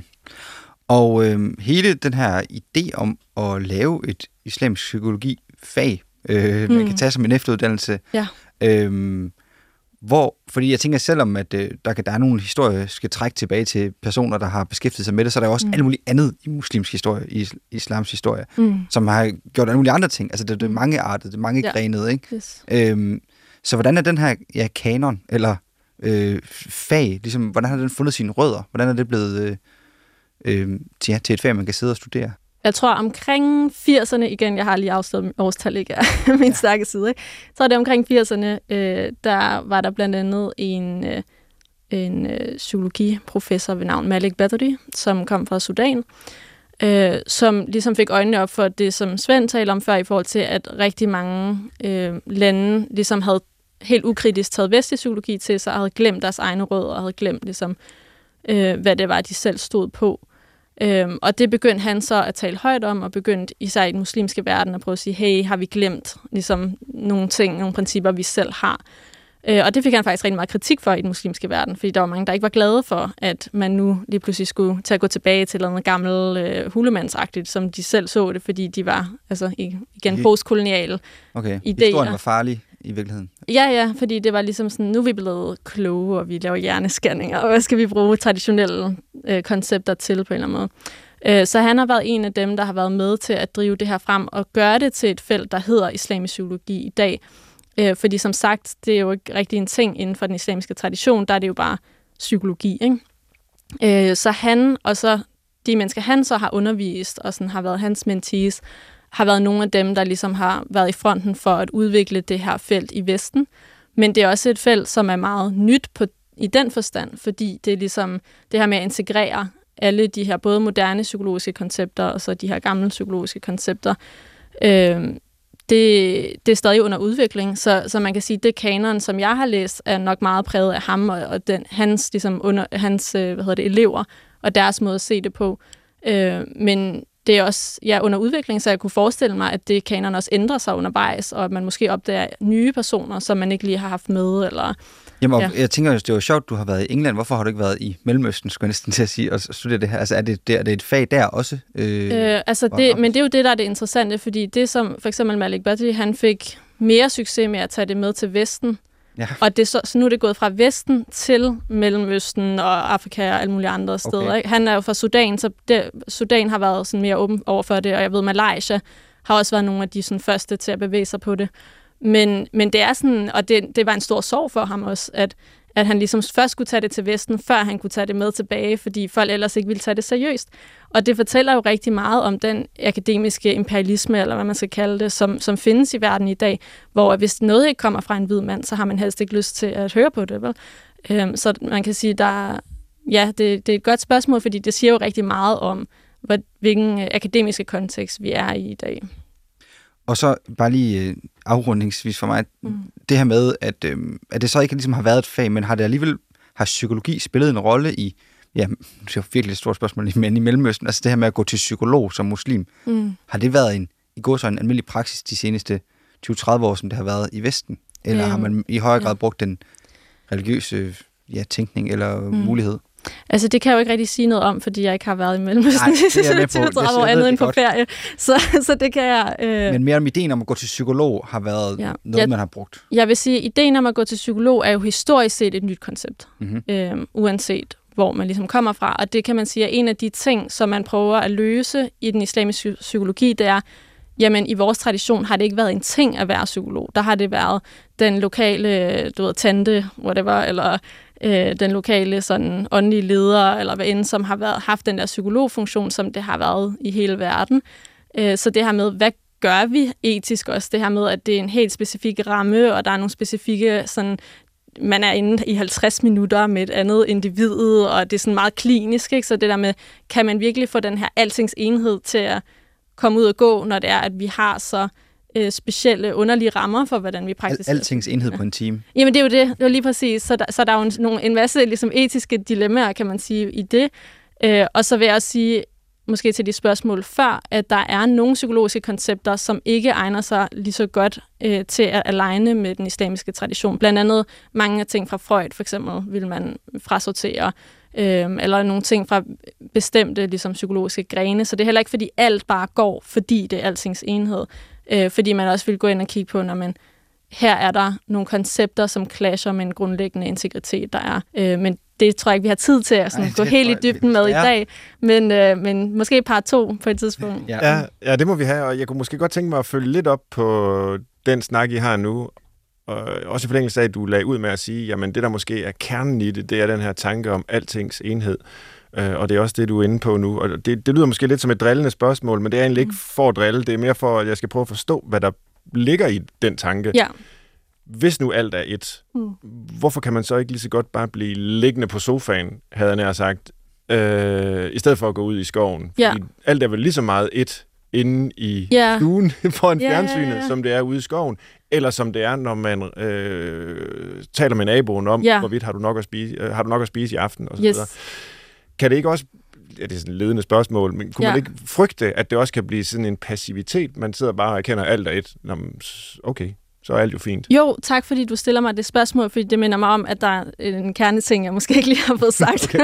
C: Og øh, hele den her idé om at lave et islamisk psykologi-fag, øh, mm. man kan tage som en efteruddannelse,
A: ja.
C: øh, hvor, fordi jeg tænker selvom, at øh, der, kan, der er nogle historiske træk tilbage til personer, der har beskæftiget sig med det, så er der også mm. alt muligt andet i muslimsk historie, i islams historie, mm. som har gjort alle mulige andre ting. Altså det, det er mange arter, det er mange ja. grenede, ikke? Yes. Øhm, så hvordan er den her ja, kanon, eller øh, fag, ligesom, hvordan har den fundet sine rødder? Hvordan er det blevet øh, øh, til, ja, til et fag, man kan sidde og studere?
A: Jeg tror omkring firserne, igen, jeg har lige afsløret årstal, ikke af min stærke side, ikke? Så er det omkring firserne, øh, der var der blandt andet en, øh, en øh, psykologiprofessor ved navn Malik Badri, som kom fra Sudan, øh, som ligesom fik øjnene op for det, som Svend talte om før, i forhold til, at rigtig mange øh, lande ligesom havde helt ukritisk taget vestlig psykologi til sig, og havde glemt deres egne rødder, og havde glemt, ligesom, øh, hvad det var, de selv stod på. Øhm, og det begyndte han så at tale højt om, og begyndte især i den muslimske verden at prøve at sige, hey, har vi glemt ligesom, nogle ting, nogle principper, vi selv har. Øh, og det fik han faktisk rigtig meget kritik for i den muslimske verden, fordi der var mange, der ikke var glade for, at man nu lige pludselig skulle til at gå tilbage til noget gammelt øh, hulemandsagtigt, som de selv så det, fordi de var altså igen postkoloniale
C: okay.
A: idéer.
C: Historien var farlig i virkeligheden.
A: Ja, ja, fordi det var ligesom sådan, nu er vi blevet kloge, og vi laver hjernescanninger, og hvad skal vi bruge traditionelle øh, koncepter til på en eller anden måde. Øh, så han har været en af dem, der har været med til at drive det her frem, og gøre det til et felt, der hedder islamisk psykologi i dag. Øh, fordi som sagt, det er jo ikke rigtig en ting inden for den islamiske tradition, der er det jo bare psykologi, ikke? Øh, så han, og så de mennesker, han så har undervist, og sådan har været hans mentees, har været nogle af dem, der ligesom har været i fronten for at udvikle det her felt i Vesten. Men det er også et felt, som er meget nyt på, i den forstand, fordi det er ligesom det her med at integrere alle de her både moderne psykologiske koncepter og så de her gamle psykologiske koncepter. Øh, det, det er stadig under udvikling, så, så man kan sige, at det kanon, som jeg har læst, er nok meget præget af ham og, og den, hans, ligesom under, hans hvad hedder det, elever og deres måde at se det på. Øh, men det er også ja, under udvikling, så jeg kunne forestille mig, at det kanon også ændrer sig undervejs, og at man måske opdager nye personer, som man ikke lige har haft med. Eller,
C: Jamen,
A: ja.
C: jeg tænker, det var sjovt, du har været i England. Hvorfor har du ikke været i Mellemøsten, skulle jeg næsten til at sige, og studere det her? Altså, er det, der, er det et fag der også? Øh,
A: øh, altså det, men det er jo det, der er det interessante, fordi det som for eksempel Malik Badri, han fik mere succes med at tage det med til Vesten, ja. Og det så, så nu er det gået fra Vesten til Mellemøsten og Afrika og alle mulige andre steder. Okay. Ikke? Han er jo fra Sudan, så det, Sudan har været sådan mere åben over for det, og jeg ved, Malaysia har også været nogle af de sådan, første til at bevæge sig på det. Men, men det er sådan, og det, det var en stor sorg for ham også, at, at han ligesom først skulle tage det til Vesten, før han kunne tage det med tilbage, fordi folk ellers ikke ville tage det seriøst. Og det fortæller jo rigtig meget om den akademiske imperialisme, eller hvad man skal kalde det, som, som findes i verden i dag, hvor hvis noget ikke kommer fra en hvid mand, så har man helst ikke lyst til at høre på det, vel? Øhm, så man kan sige, der ja, det, det er et godt spørgsmål, fordi det siger jo rigtig meget om, hvad, hvilken akademiske kontekst vi er i i dag.
C: Og så bare lige afrundingsvis for mig, mm. det her med, at, øh, at det så ikke ligesom har været et fag, men har det alligevel, har psykologi spillet en rolle i, ja, det er jo virkelig et stort spørgsmål, men i Mellemøsten, altså det her med at gå til psykolog som muslim, mm. har det været en, i går så en almindelig praksis de seneste tyve til tredive år, som det har været i Vesten? Eller mm. har man i højere grad ja. brugt den religiøse ja, tænkning eller mm. mulighed?
A: Altså, det kan jeg jo ikke rigtig sige noget om, fordi jeg ikke har været i Mellemøsten i tyve til tredive år andet end på ferie. Så, så det kan jeg... Øh...
C: Men mere om ideen om at gå til psykolog har været ja. noget, jeg, man har brugt.
A: Jeg vil sige, at ideen om at gå til psykolog er jo historisk set et nyt koncept. Mm-hmm. Øh, uanset hvor man ligesom kommer fra. Og det kan man sige er en af de ting, som man prøver at løse i den islamiske psykologi, det er, jamen i vores tradition har det ikke været en ting at være psykolog. Der har det været den lokale, du ved, tante, whatever, eller øh, den lokale sådan åndelige leder, eller hvad end, som har været, haft den der psykologfunktion, som det har været i hele verden. Øh, så det her med, hvad gør vi etisk også? Det her med, at det er en helt specifik ramme, og der er nogle specifikke sådan, man er inde i halvtreds minutter med et andet individ, og det er sådan meget klinisk, ikke? Så det der med, kan man virkelig få den her altings enhed til at komme ud og gå, når det er, at vi har så øh, specielle, underlige rammer for, hvordan vi praktiserer.
C: Altings enhed på en time.
A: Jamen, det er jo det. Det er lige præcis. Så der, så der er jo en, nogle, en masse ligesom, etiske dilemmaer, kan man sige, i det. Øh, og så vil jeg også sige, måske til de spørgsmål før, at der er nogle psykologiske koncepter, som ikke egner sig lige så godt øh, til at aligne med den islamiske tradition. Blandt andet mange af ting fra Freud, for eksempel, vil man frasortere, øh, eller nogle ting fra bestemte ligesom, psykologiske grene. Så det er heller ikke, fordi alt bare går, fordi det er altings enhed. Øh, fordi man også vil gå ind og kigge på, når man her er der nogle koncepter, som clasher med en grundlæggende integritet, der er. Øh, men det tror jeg ikke, vi har tid til at sådan, Ej, gå helt i dybden med ja. i dag, men, øh, men måske part to på et tidspunkt.
B: Ja. Ja, ja, det må vi have, og jeg kunne måske godt tænke mig at følge lidt op på den snak, I har nu, og også i forlængelse af, at du lagde ud med at sige, jamen det, der måske er kernen i det, det er den her tanke om altings enhed, øh, og det er også det, du er inde på nu, og det, det lyder måske lidt som et drillende spørgsmål, men det er egentlig ikke for at drille, det er mere for, at jeg skal prøve at forstå, hvad der ligger i den tanke.
A: Ja.
B: hvis nu alt er et, mm. hvorfor kan man så ikke lige så godt bare blive liggende på sofaen, havde jeg nær sagt, øh, i stedet for at gå ud i skoven?
A: Ja.
B: Fordi alt er vel lige så meget et inde i
A: yeah.
B: stuen foran
A: yeah,
B: fjernsynet,
A: yeah, yeah.
B: som det er ude i skoven, eller som det er, når man øh, taler med naboen om, yeah. hvorvidt har du nok at spise, øh, har du nok at spise i aften, og så
A: yes.
B: videre. Kan det ikke også, ja, det er sådan et ledende spørgsmål, men kunne yeah. man ikke frygte, at det også kan blive sådan en passivitet, man sidder bare og erkender alt er et, Nå, okay, så er alt jo fint.
A: Jo, tak fordi du stiller mig det spørgsmål, fordi det minder mig om, at der er en kerneting, jeg måske ikke lige har fået sagt,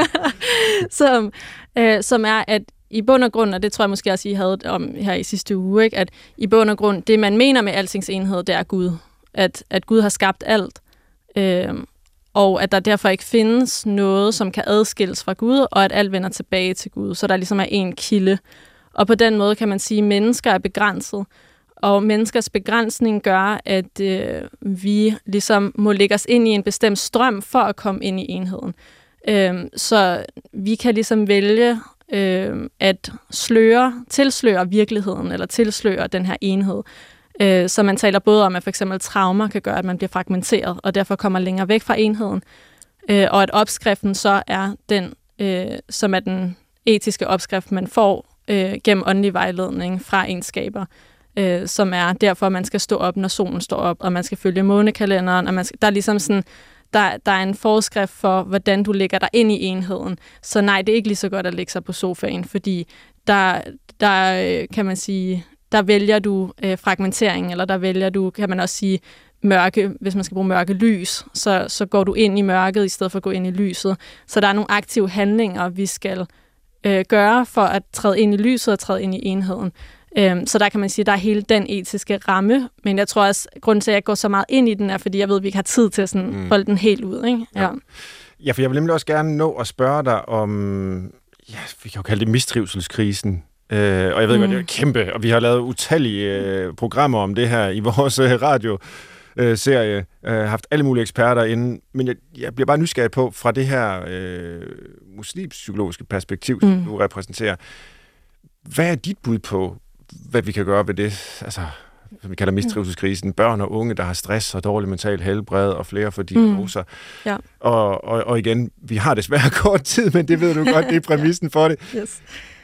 A: som, øh, som er, at i bund og grund, og det tror jeg måske også, I havde om her i sidste uge, ikke? At i bund og grund, det man mener med altings enhed, det er Gud. At, at Gud har skabt alt, øh, og at der derfor ikke findes noget, som kan adskilles fra Gud, og at alt vender tilbage til Gud. Så der ligesom er en kilde. Og på den måde kan man sige, at mennesker er begrænset, og menneskers begrænsning gør, at øh, vi ligesom må lægge os ind i en bestemt strøm for at komme ind i enheden. Øh, så vi kan ligesom vælge øh, at sløre, tilsløre virkeligheden, eller tilsløre den her enhed. Øh, så man taler både om, at for eksempel traumer kan gøre, at man bliver fragmenteret, og derfor kommer længere væk fra enheden. Øh, og at opskriften så er den, øh, som er den etiske opskrift, man får øh, gennem åndelig vejledning fra egenskaber. Øh, som er derfor, man skal stå op, når solen står op, og man skal følge månekalenderen, og man skal, der er ligesom sådan, der, der er en forskrift for, hvordan du lægger dig ind i enheden. Så nej, det er ikke lige så godt at lægge sig på sofaen, fordi der, der kan man sige, der vælger du øh, fragmentering, eller der vælger du, kan man også sige, mørke, hvis man skal bruge mørke lys, så, så går du ind i mørket, i stedet for at gå ind i lyset. Så der er nogle aktive handlinger, vi skal øh, gøre, for at træde ind i lyset og træde ind i enheden. Så der kan man sige, at der er hele den etiske ramme, men jeg tror også, at grunden til, at jeg går så meget ind i den, er, fordi jeg ved, at vi ikke har tid til at sådan mm. holde den helt ud. Ikke? Ja.
B: Ja. ja, for jeg vil nemlig også gerne nå at spørge dig om, ja, vi kan jo kalde det mistrivselskrisen, øh, og jeg ved mm. godt, det er kæmpe, og vi har lavet utallige øh, programmer om det her i vores øh, radioserie, øh, haft alle mulige eksperter inde, men jeg, jeg bliver bare nysgerrig på, fra det her øh, muslimsk-psykologiske perspektiv, som mm. du repræsenterer, hvad er dit bud på, hvad vi kan gøre ved det, altså, som vi kalder mistrivselskrisen, børn og unge, der har stress og dårlig mental helbred og flere for diagnoser. Mm. Ja. Og, og, og igen, vi har desværre kort tid, men det ved du godt, det er præmissen for det.
A: Yes.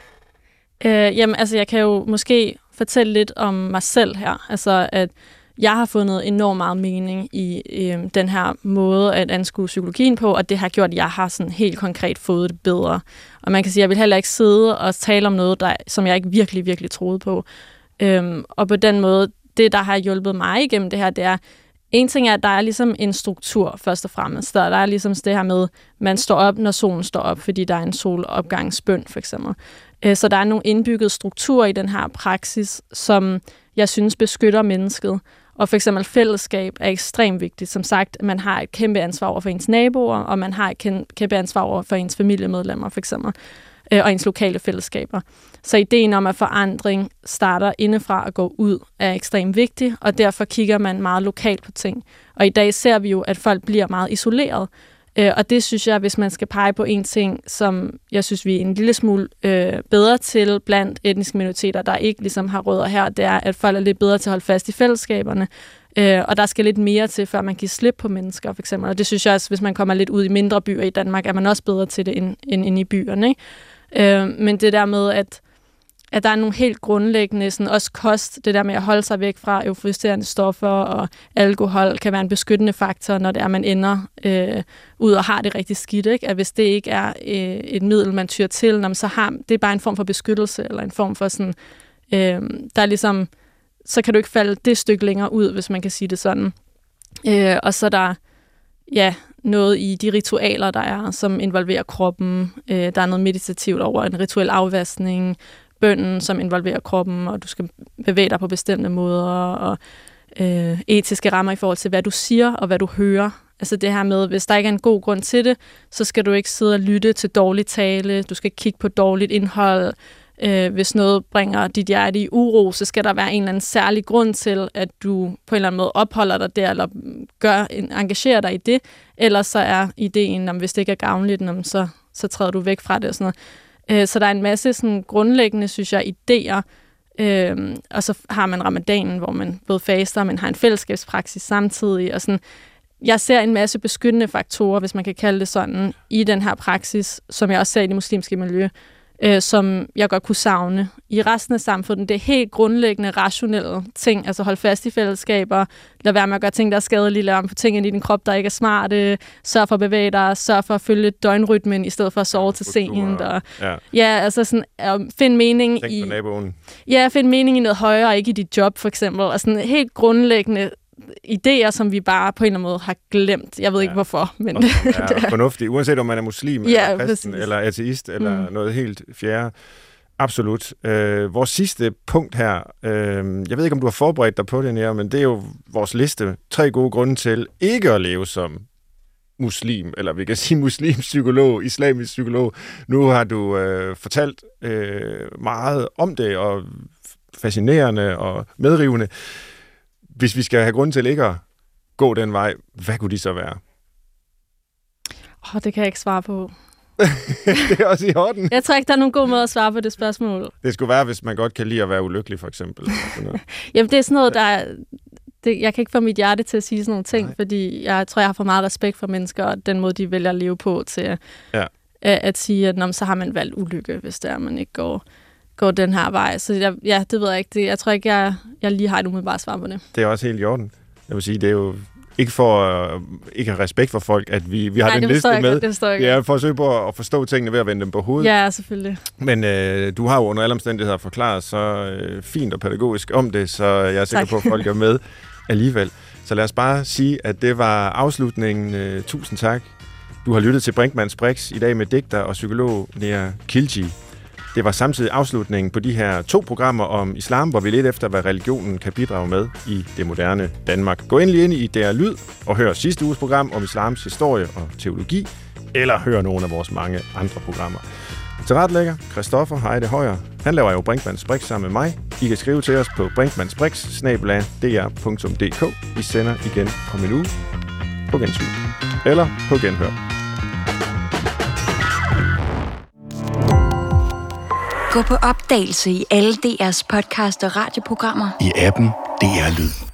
A: Øh, jamen, altså, jeg kan jo måske fortælle lidt om mig selv her. Altså, at jeg har fundet enormt meget mening i øh, den her måde at anskue psykologien på, og det har gjort, at jeg har sådan helt konkret fået det bedre. Og man kan sige, at jeg vil heller ikke sidde og tale om noget, der, som jeg ikke virkelig, virkelig troede på. Øhm, og på den måde, det, der har hjulpet mig igennem det her, det er, en ting er, at der er ligesom en struktur, først og fremmest. Der, der er ligesom det her med, man står op, når solen står op, fordi der er en solopgangsbøn, for eksempel. Øh, så der er nogle indbygget strukturer i den her praksis, som jeg synes beskytter mennesket. Og for eksempel fællesskab er ekstremt vigtigt. Som sagt, man har et kæmpe ansvar over for ens naboer, og man har et kæmpe ansvar over for ens familiemedlemmer, for eksempel, og ens lokale fællesskaber. Så ideen om, at forandring starter indefra og går ud, er ekstremt vigtig, og derfor kigger man meget lokalt på ting. Og i dag ser vi jo, at folk bliver meget isoleret. Og det synes jeg, hvis man skal pege på en ting, som jeg synes, vi er en lille smule øh, bedre til blandt etniske minoriteter, der ikke ligesom har rødder her, det er, at folk er lidt bedre til at holde fast i fællesskaberne. Øh, og der skal lidt mere til, før man kan slippe på mennesker, for eksempel. Og det synes jeg også, hvis man kommer lidt ud i mindre byer i Danmark, er man også bedre til det end, end inde i byerne. Ikke? Øh, men det der med, at at der er nogle helt grundlæggende, sådan også kost, det der med at holde sig væk fra euforiserende stoffer og alkohol, kan være en beskyttende faktor, når det er, man ender øh, ud og har det rigtig skidt. Ikke? At hvis det ikke er øh, et middel, man tyr til, så har det er bare en form for beskyttelse, eller en form for sådan, øh, der er ligesom, så kan du ikke falde det stykke længere ud, hvis man kan sige det sådan. Øh, og så der ja, noget i de ritualer, der er, som involverer kroppen. Øh, der er noget meditativt over en rituel afvaskning, bønnen, som involverer kroppen, og du skal bevæge dig på bestemte måder, og øh, etiske rammer i forhold til, hvad du siger og hvad du hører. Altså det her med, hvis der ikke er en god grund til det, så skal du ikke sidde og lytte til dårlig tale, du skal kigge på dårligt indhold. Øh, hvis noget bringer dit hjerte i uro, så skal der være en eller anden særlig grund til, at du på en eller anden måde opholder dig der, eller gør, engagerer dig i det. Ellers så er ideen, om hvis det ikke er gavnligt, så, så træder du væk fra det og sådan noget. Så der er en masse sådan grundlæggende, synes jeg, idéer, Øhm, og så har man ramadanen, hvor man både faster, men har en fællesskabspraksis samtidig. Og sådan, jeg ser en masse beskyttende faktorer, hvis man kan kalde det sådan, i den her praksis, som jeg også ser i det muslimske miljø, øh, som jeg godt kunne savne. I resten af samfundet, det er helt grundlæggende rationelle ting, altså hold fast i fællesskaber, lad være med at gøre ting, der er skadelige, lad være med på ting i din krop, der ikke er smarte, sørg for at bevæge dig, sørg for at følge døgnrytmen, i stedet for at sove ja, til sent. Og, ja. ja, altså sådan, uh, find mening
B: Tænk
A: i...
B: på naboen.
A: Ja, find mening i noget højere, og ikke i dit job, for eksempel. Og sådan helt grundlæggende idéer, som vi bare på en eller anden måde har glemt. Jeg ved ja. ikke hvorfor, men...
B: Og som er fornuftigt, uanset om man er muslim,
A: ja,
B: eller kristen, præcis. eller ateist, eller mm. noget helt fjerde. Absolut. Øh, vores sidste punkt her, øh, jeg ved ikke, om du har forberedt dig på det, Nea, men det er jo vores liste. Tre gode grunde til ikke at leve som muslim, eller vi kan sige muslimpsykolog, islamisk psykolog. Nu har du øh, fortalt øh, meget om det, og fascinerende og medrivende. Hvis vi skal have grund til ikke at gå den vej, hvad kunne de så være?
A: Åh, oh, det kan jeg ikke svare på.
B: Det er også i orden.
A: Jeg tror ikke, der er nogen god måde at svare på det spørgsmål.
B: Det skulle være, hvis man godt kan lide at være ulykkelig, for eksempel.
A: Jamen, det er sådan noget, der er... Det, jeg kan ikke få mit hjerte til at sige sådan nogle ting, Nej. fordi jeg tror, jeg har for meget respekt for mennesker, og den måde, de vælger at leve på, til ja. at, at sige, at når, så har man valgt ulykke, hvis der man ikke går... går den her vej. Så jeg, ja, det ved jeg ikke. Det, jeg tror ikke, jeg, jeg lige har et umiddelbart svar på det.
B: Det er også helt i orden. Jeg vil sige, det er jo ikke for uh, ikke have respekt for folk, at vi, vi har Nej, den liste med.
A: Ikke, det forstår jeg ikke.
B: Ja, for at søge på at forstå tingene ved at vende dem på hovedet.
A: Ja, selvfølgelig.
B: Men uh, du har jo under alle omstændigheder forklaret så uh, fint og pædagogisk om det, så jeg er sikker tak. på, at folk er med alligevel. Så lad os bare sige, at det var afslutningen. Uh, tusind tak. Du har lyttet til Brinkmanns Brix i dag med digter og psykolog Nea Kilji. Det var samtidig afslutningen på de her to programmer om islam, hvor vi lidt efter, hvad religionen kan bidrage med i det moderne Danmark. Gå endelig ind i D R Lyd og hør sidste uges program om islams historie og teologi, eller hør nogle af vores mange andre programmer. Tilrettelægger Christoffer Heide Højer. Han laver jo Brinkmanns Brix sammen med mig. I kan skrive til os på brinkmannsbrix snabel-a d r punktum d k. Vi sender igen om en uge. På gensyn. Eller på genhør.
D: Gå på opdagelse i alle D R's podcast og radioprogrammer.
E: I appen D R Lyd.